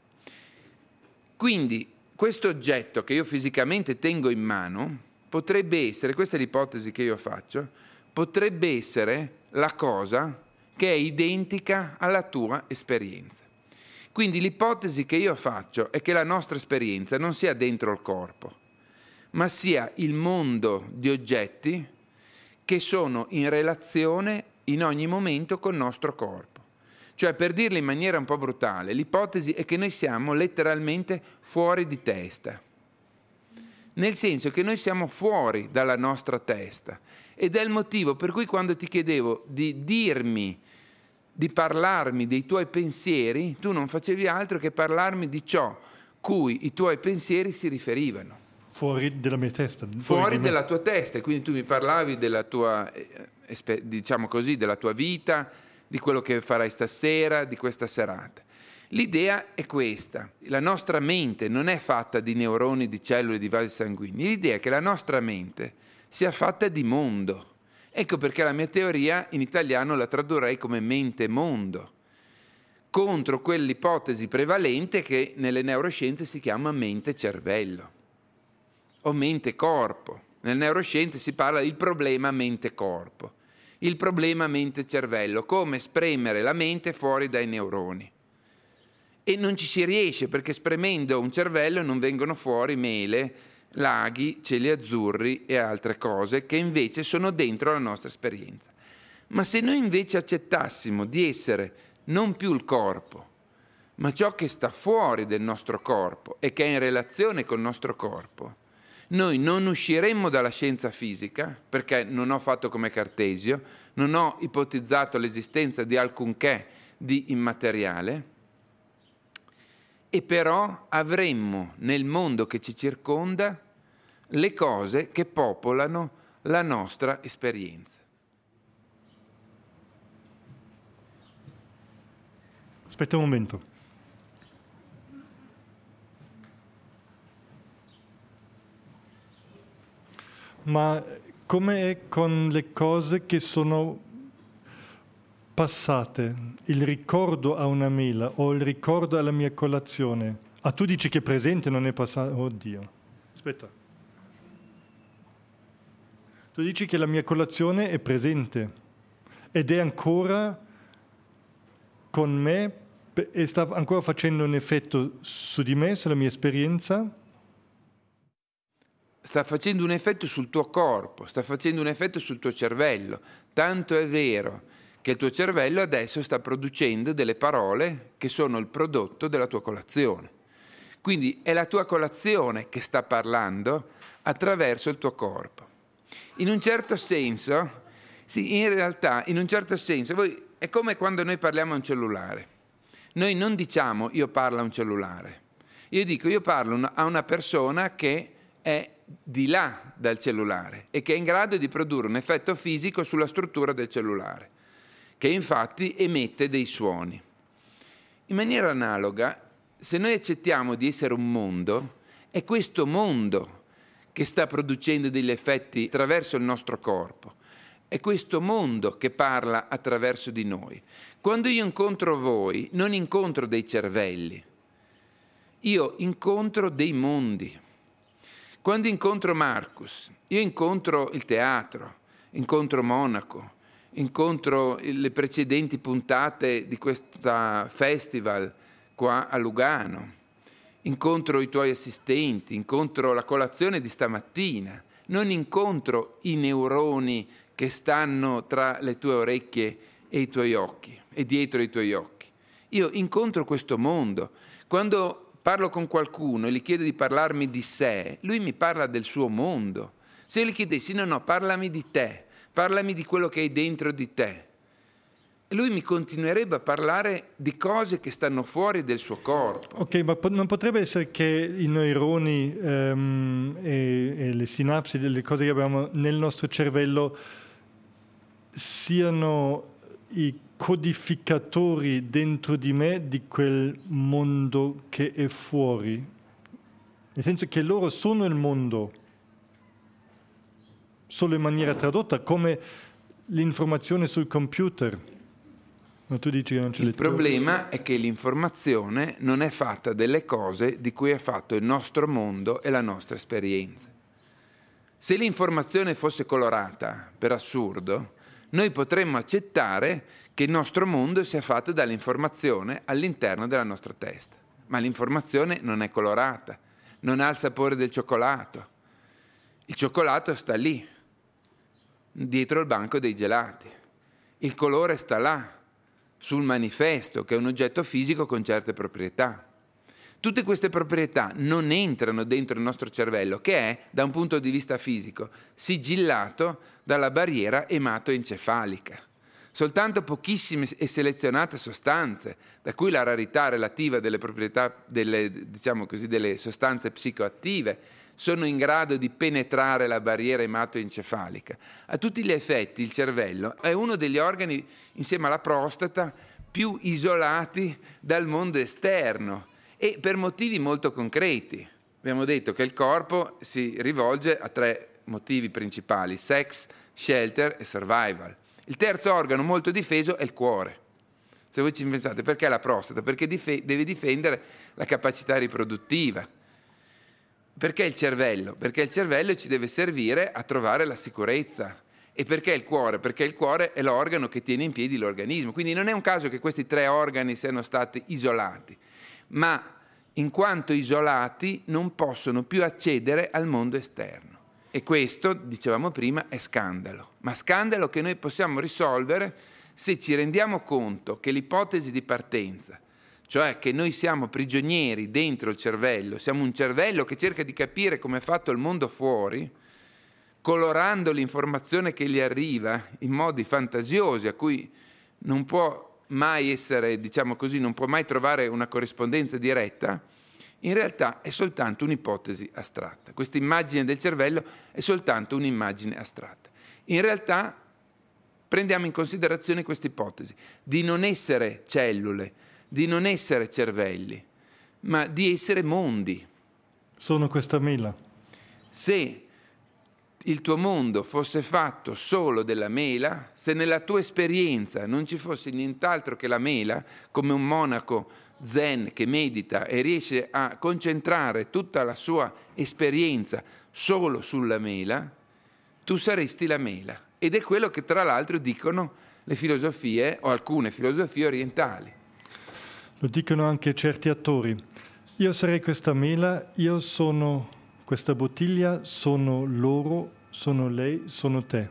Quindi questo oggetto che io fisicamente tengo in mano potrebbe essere, questa è l'ipotesi che io faccio, potrebbe essere la cosa che è identica alla tua esperienza. Quindi l'ipotesi che io faccio è che la nostra esperienza non sia dentro il corpo, ma sia il mondo di oggetti che sono in relazione in ogni momento col nostro corpo. Cioè, per dirla in maniera un po' brutale, l'ipotesi è che noi siamo letteralmente fuori di testa, nel senso che noi siamo fuori dalla nostra testa, ed è il motivo per cui quando ti chiedevo di dirmi, di parlarmi dei tuoi pensieri, tu non facevi altro che parlarmi di ciò cui i tuoi pensieri si riferivano. Fuori della mia testa. Fuori, fuori di della me. tua testa, e quindi tu mi parlavi della tua, eh, diciamo così, della tua vita, di quello che farai stasera, di questa serata. L'idea è questa: la nostra mente non è fatta di neuroni, di cellule, di vasi sanguigni. L'idea è che la nostra mente sia fatta di mondo. Ecco perché la mia teoria in italiano la tradurrei come mente-mondo, contro quell'ipotesi prevalente che nelle neuroscienze si chiama mente-cervello o mente-corpo. Nelle neuroscienze si parla del problema mente-corpo, il problema mente-cervello, come spremere la mente fuori dai neuroni. E non ci si riesce, perché spremendo un cervello non vengono fuori mele, laghi, cieli azzurri e altre cose che invece sono dentro la nostra esperienza. Ma se noi invece accettassimo di essere non più il corpo, ma ciò che sta fuori del nostro corpo e che è in relazione col nostro corpo, noi non usciremmo dalla scienza fisica, perché non ho fatto come Cartesio, non ho ipotizzato l'esistenza di alcunché di immateriale, e però avremmo nel mondo che ci circonda le cose che popolano la nostra esperienza. Aspetta un momento. Ma come è con le cose che sono passate? Il ricordo a una mela o il ricordo alla mia colazione? Ah, tu dici che presente non è passato? Oddio. Aspetta. Tu dici che la mia colazione è presente ed è ancora con me e sta ancora facendo un effetto su di me, sulla mia esperienza? Sta facendo un effetto sul tuo corpo, sta facendo un effetto sul tuo cervello. Tanto è vero che il tuo cervello adesso sta producendo delle parole che sono il prodotto della tua colazione. Quindi è la tua colazione che sta parlando attraverso il tuo corpo. In un certo senso, sì, in realtà, in un certo senso, voi, è come quando noi parliamo a un cellulare. Noi non diciamo io parlo a un cellulare. Io dico io parlo a una persona che è di là dal cellulare e che è in grado di produrre un effetto fisico sulla struttura del cellulare, che infatti emette dei suoni. In maniera analoga, se noi accettiamo di essere un mondo, è questo mondo che sta producendo degli effetti attraverso il nostro corpo. È questo mondo che parla attraverso di noi. Quando io incontro voi, non incontro dei cervelli, io incontro dei mondi. Quando incontro Marcus, io incontro il teatro, incontro Monaco, incontro le precedenti puntate di questa festival qua a Lugano, incontro i tuoi assistenti, incontro la colazione di stamattina, non incontro i neuroni che stanno tra le tue orecchie e i tuoi occhi e dietro i tuoi occhi. Io incontro questo mondo. Quando parlo con qualcuno e gli chiedo di parlarmi di sé, lui mi parla del suo mondo. Se io gli chiedessi no, no, parlami di te, parlami di quello che hai dentro di te, lui mi continuerebbe a parlare di cose che stanno fuori del suo corpo. Ok, ma po- non potrebbe essere che i neuroni ehm, e, e le sinapsi, le cose che abbiamo nel nostro cervello siano i codificatori dentro di me di quel mondo che è fuori? Nel senso che loro sono il mondo, solo in maniera tradotta, come l'informazione sul computer. Ma tu dici che non ce Il problema è che l'informazione non è fatta delle cose di cui è fatto il nostro mondo e la nostra esperienza. Se l'informazione fosse colorata, per assurdo, noi potremmo accettare che il nostro mondo sia fatto dall'informazione all'interno della nostra testa. Ma l'informazione non è colorata, non ha il sapore del cioccolato. Il cioccolato sta lì, dietro il banco dei gelati. Il colore sta là, sul manifesto, che è un oggetto fisico con certe proprietà. Tutte queste proprietà non entrano dentro il nostro cervello, che è, da un punto di vista fisico, sigillato dalla barriera ematoencefalica. Soltanto pochissime e selezionate sostanze, da cui la rarità relativa delle proprietà, delle, diciamo così, delle sostanze psicoattive, sono in grado di penetrare la barriera ematoencefalica. A tutti gli effetti il cervello è uno degli organi, insieme alla prostata, più isolati dal mondo esterno e per motivi molto concreti. Abbiamo detto che il corpo si rivolge a tre motivi principali: sex, shelter e survival. Il terzo organo molto difeso è il cuore. Se voi ci pensate, perché la prostata? Perché dif- deve difendere la capacità riproduttiva. Perché il cervello? Perché il cervello ci deve servire a trovare la sicurezza. E perché il cuore? Perché il cuore è l'organo che tiene in piedi l'organismo. Quindi non è un caso che questi tre organi siano stati isolati, ma in quanto isolati non possono più accedere al mondo esterno. E questo, dicevamo prima, è scandalo. Ma scandalo che noi possiamo risolvere se ci rendiamo conto che l'ipotesi di partenza, cioè che noi siamo prigionieri dentro il cervello, siamo un cervello che cerca di capire come è fatto il mondo fuori, colorando l'informazione che gli arriva in modi fantasiosi a cui non può mai essere, diciamo così, non può mai trovare una corrispondenza diretta. in realtà è soltanto un'ipotesi astratta. Questa immagine del cervello è soltanto un'immagine astratta. In realtà prendiamo in considerazione questa ipotesi di non essere cellule, di non essere cervelli, ma di essere mondi. Sono questa mela. Se il tuo mondo fosse fatto solo della mela, se nella tua esperienza non ci fosse nient'altro che la mela, come un monaco zen che medita e riesce a concentrare tutta la sua esperienza solo sulla mela, tu saresti la mela. Ed è quello che tra l'altro dicono le filosofie o alcune filosofie orientali. Lo dicono anche certi attori. Io sarei questa mela, io sono questa bottiglia, sono loro, sono lei, sono te.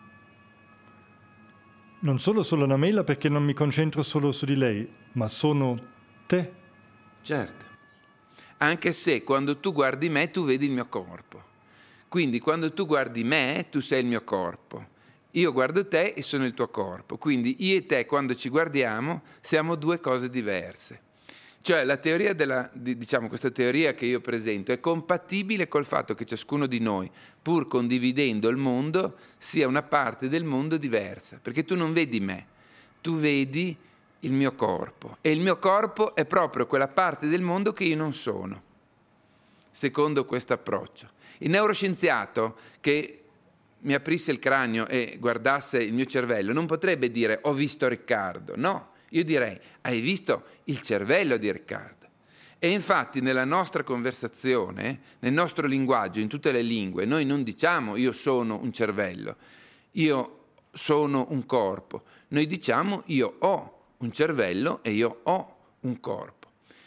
Non solo solo la mela perché non mi concentro solo su di lei, ma sono te. Certo. Anche se quando tu guardi me tu vedi il mio corpo. Quindi quando tu guardi me tu sei il mio corpo. Io guardo te e sono il tuo corpo. Quindi io e te quando ci guardiamo siamo due cose diverse. Cioè la teoria della, diciamo questa teoria che io presento è compatibile col fatto che ciascuno di noi, pur condividendo il mondo, sia una parte del mondo diversa. Perché tu non vedi me, tu vedi il mio corpo. E il mio corpo è proprio quella parte del mondo che io non sono, secondo questo approccio. Il neuroscienziato che mi aprisse il cranio e guardasse il mio cervello non potrebbe dire ho visto Riccardo, no, io direi hai visto il cervello di Riccardo. E infatti nella nostra conversazione, nel nostro linguaggio, in tutte le lingue, noi non diciamo io sono un cervello, io sono un corpo, noi diciamo io ho un cervello e io ho un corpo.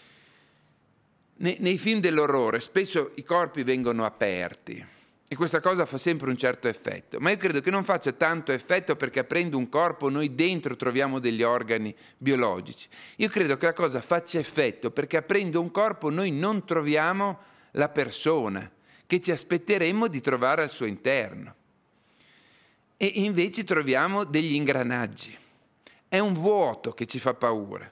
Nei, nei film dell'orrore spesso i corpi vengono aperti e questa cosa fa sempre un certo effetto, ma io credo che non faccia tanto effetto perché aprendo un corpo noi dentro troviamo degli organi biologici. Io credo che la cosa faccia effetto perché aprendo un corpo noi non troviamo la persona che ci aspetteremmo di trovare al suo interno. E invece troviamo degli ingranaggi. È un vuoto che ci fa paura,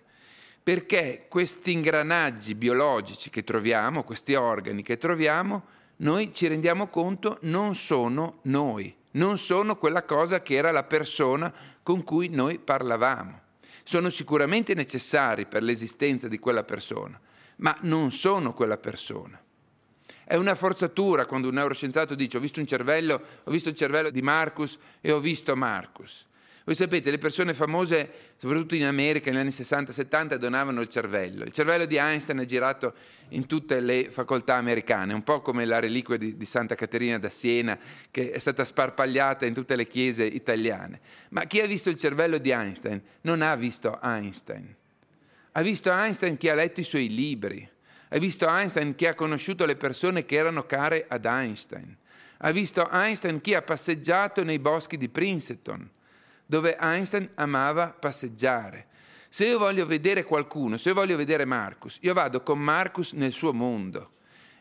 perché questi ingranaggi biologici che troviamo, questi organi che troviamo, noi ci rendiamo conto non sono noi, non sono quella cosa che era la persona con cui noi parlavamo. Sono sicuramente necessari per l'esistenza di quella persona, ma non sono quella persona. È una forzatura quando un neuroscienziato dice ho visto un cervello, ho visto il cervello di Marcus e ho visto Marcus. Voi sapete, le persone famose, soprattutto in America, negli anni sessanta settanta, donavano il cervello. Il cervello di Einstein è girato in tutte le facoltà americane, un po' come la reliquia di, di Santa Caterina da Siena, che è stata sparpagliata in tutte le chiese italiane. Ma chi ha visto il cervello di Einstein non ha visto Einstein. Ha visto Einstein chi ha letto i suoi libri. Ha visto Einstein chi ha conosciuto le persone che erano care ad Einstein. Ha visto Einstein chi ha passeggiato nei boschi di Princeton, dove Einstein amava passeggiare. Se io voglio vedere qualcuno, se io voglio vedere Marcus, io vado con Marcus nel suo mondo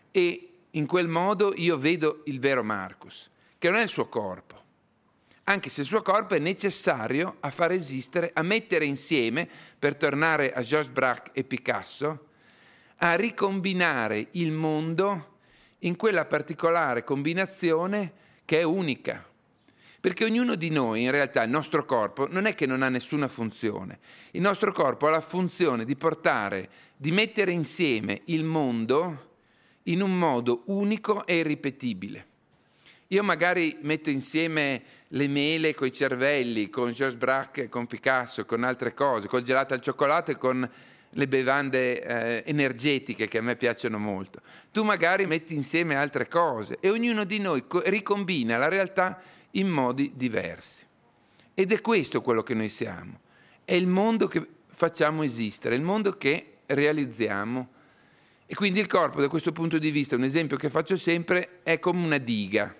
e in quel modo io vedo il vero Marcus, che non è il suo corpo, anche se il suo corpo è necessario a far esistere, a mettere insieme, per tornare a Georges Braque e Picasso, a ricombinare il mondo in quella particolare combinazione che è unica. Perché ognuno di noi, in realtà, il nostro corpo, non è che non ha nessuna funzione. Il nostro corpo ha la funzione di portare, di mettere insieme il mondo in un modo unico e irripetibile. Io magari metto insieme le mele con i cervelli, con Georges Braque, con Picasso, con altre cose, col gelato al cioccolato e con le bevande eh, energetiche che a me piacciono molto. Tu magari metti insieme altre cose e ognuno di noi co- ricombina la realtà in modi diversi. Ed è questo quello che noi siamo. È il mondo che facciamo esistere, il mondo che realizziamo. E quindi il corpo, da questo punto di vista, un esempio che faccio sempre, è come una diga.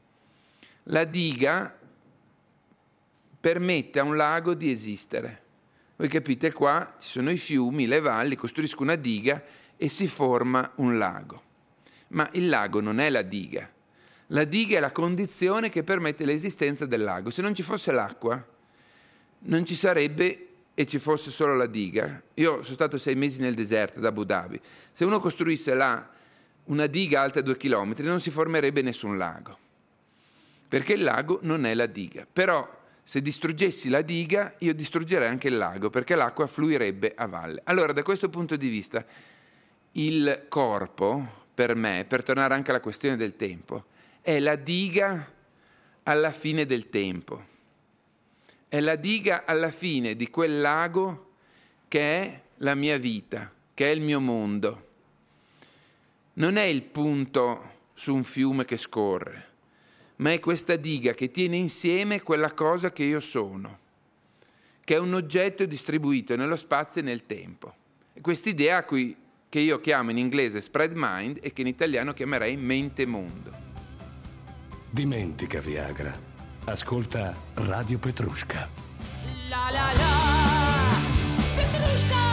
La diga permette a un lago di esistere. Voi capite, qua ci sono i fiumi, le valli, costruiscono una diga e si forma un lago. Ma il lago non è la diga. La diga è la condizione che permette l'esistenza del lago. Se non ci fosse l'acqua, non ci sarebbe e ci fosse solo la diga, io sono stato sei mesi nel deserto, ad Abu Dhabi, se uno costruisse là una diga alta due chilometri non si formerebbe nessun lago, perché il lago non è la diga. Però se distruggessi la diga io distruggerei anche il lago, perché l'acqua fluirebbe a valle. Allora, da questo punto di vista, il corpo, per me, per tornare anche alla questione del tempo, è la diga alla fine del tempo, è la diga alla fine di quel lago che è la mia vita, che è il mio mondo. Non è il punto su un fiume che scorre, ma è questa diga che tiene insieme quella cosa che io sono, che è un oggetto distribuito nello spazio e nel tempo. E quest'idea a cui, che io chiamo in inglese spread mind e che in italiano chiamerei mente mondo. Dimentica Viagra. Ascolta Radio Petrushka. La la la Petrushka.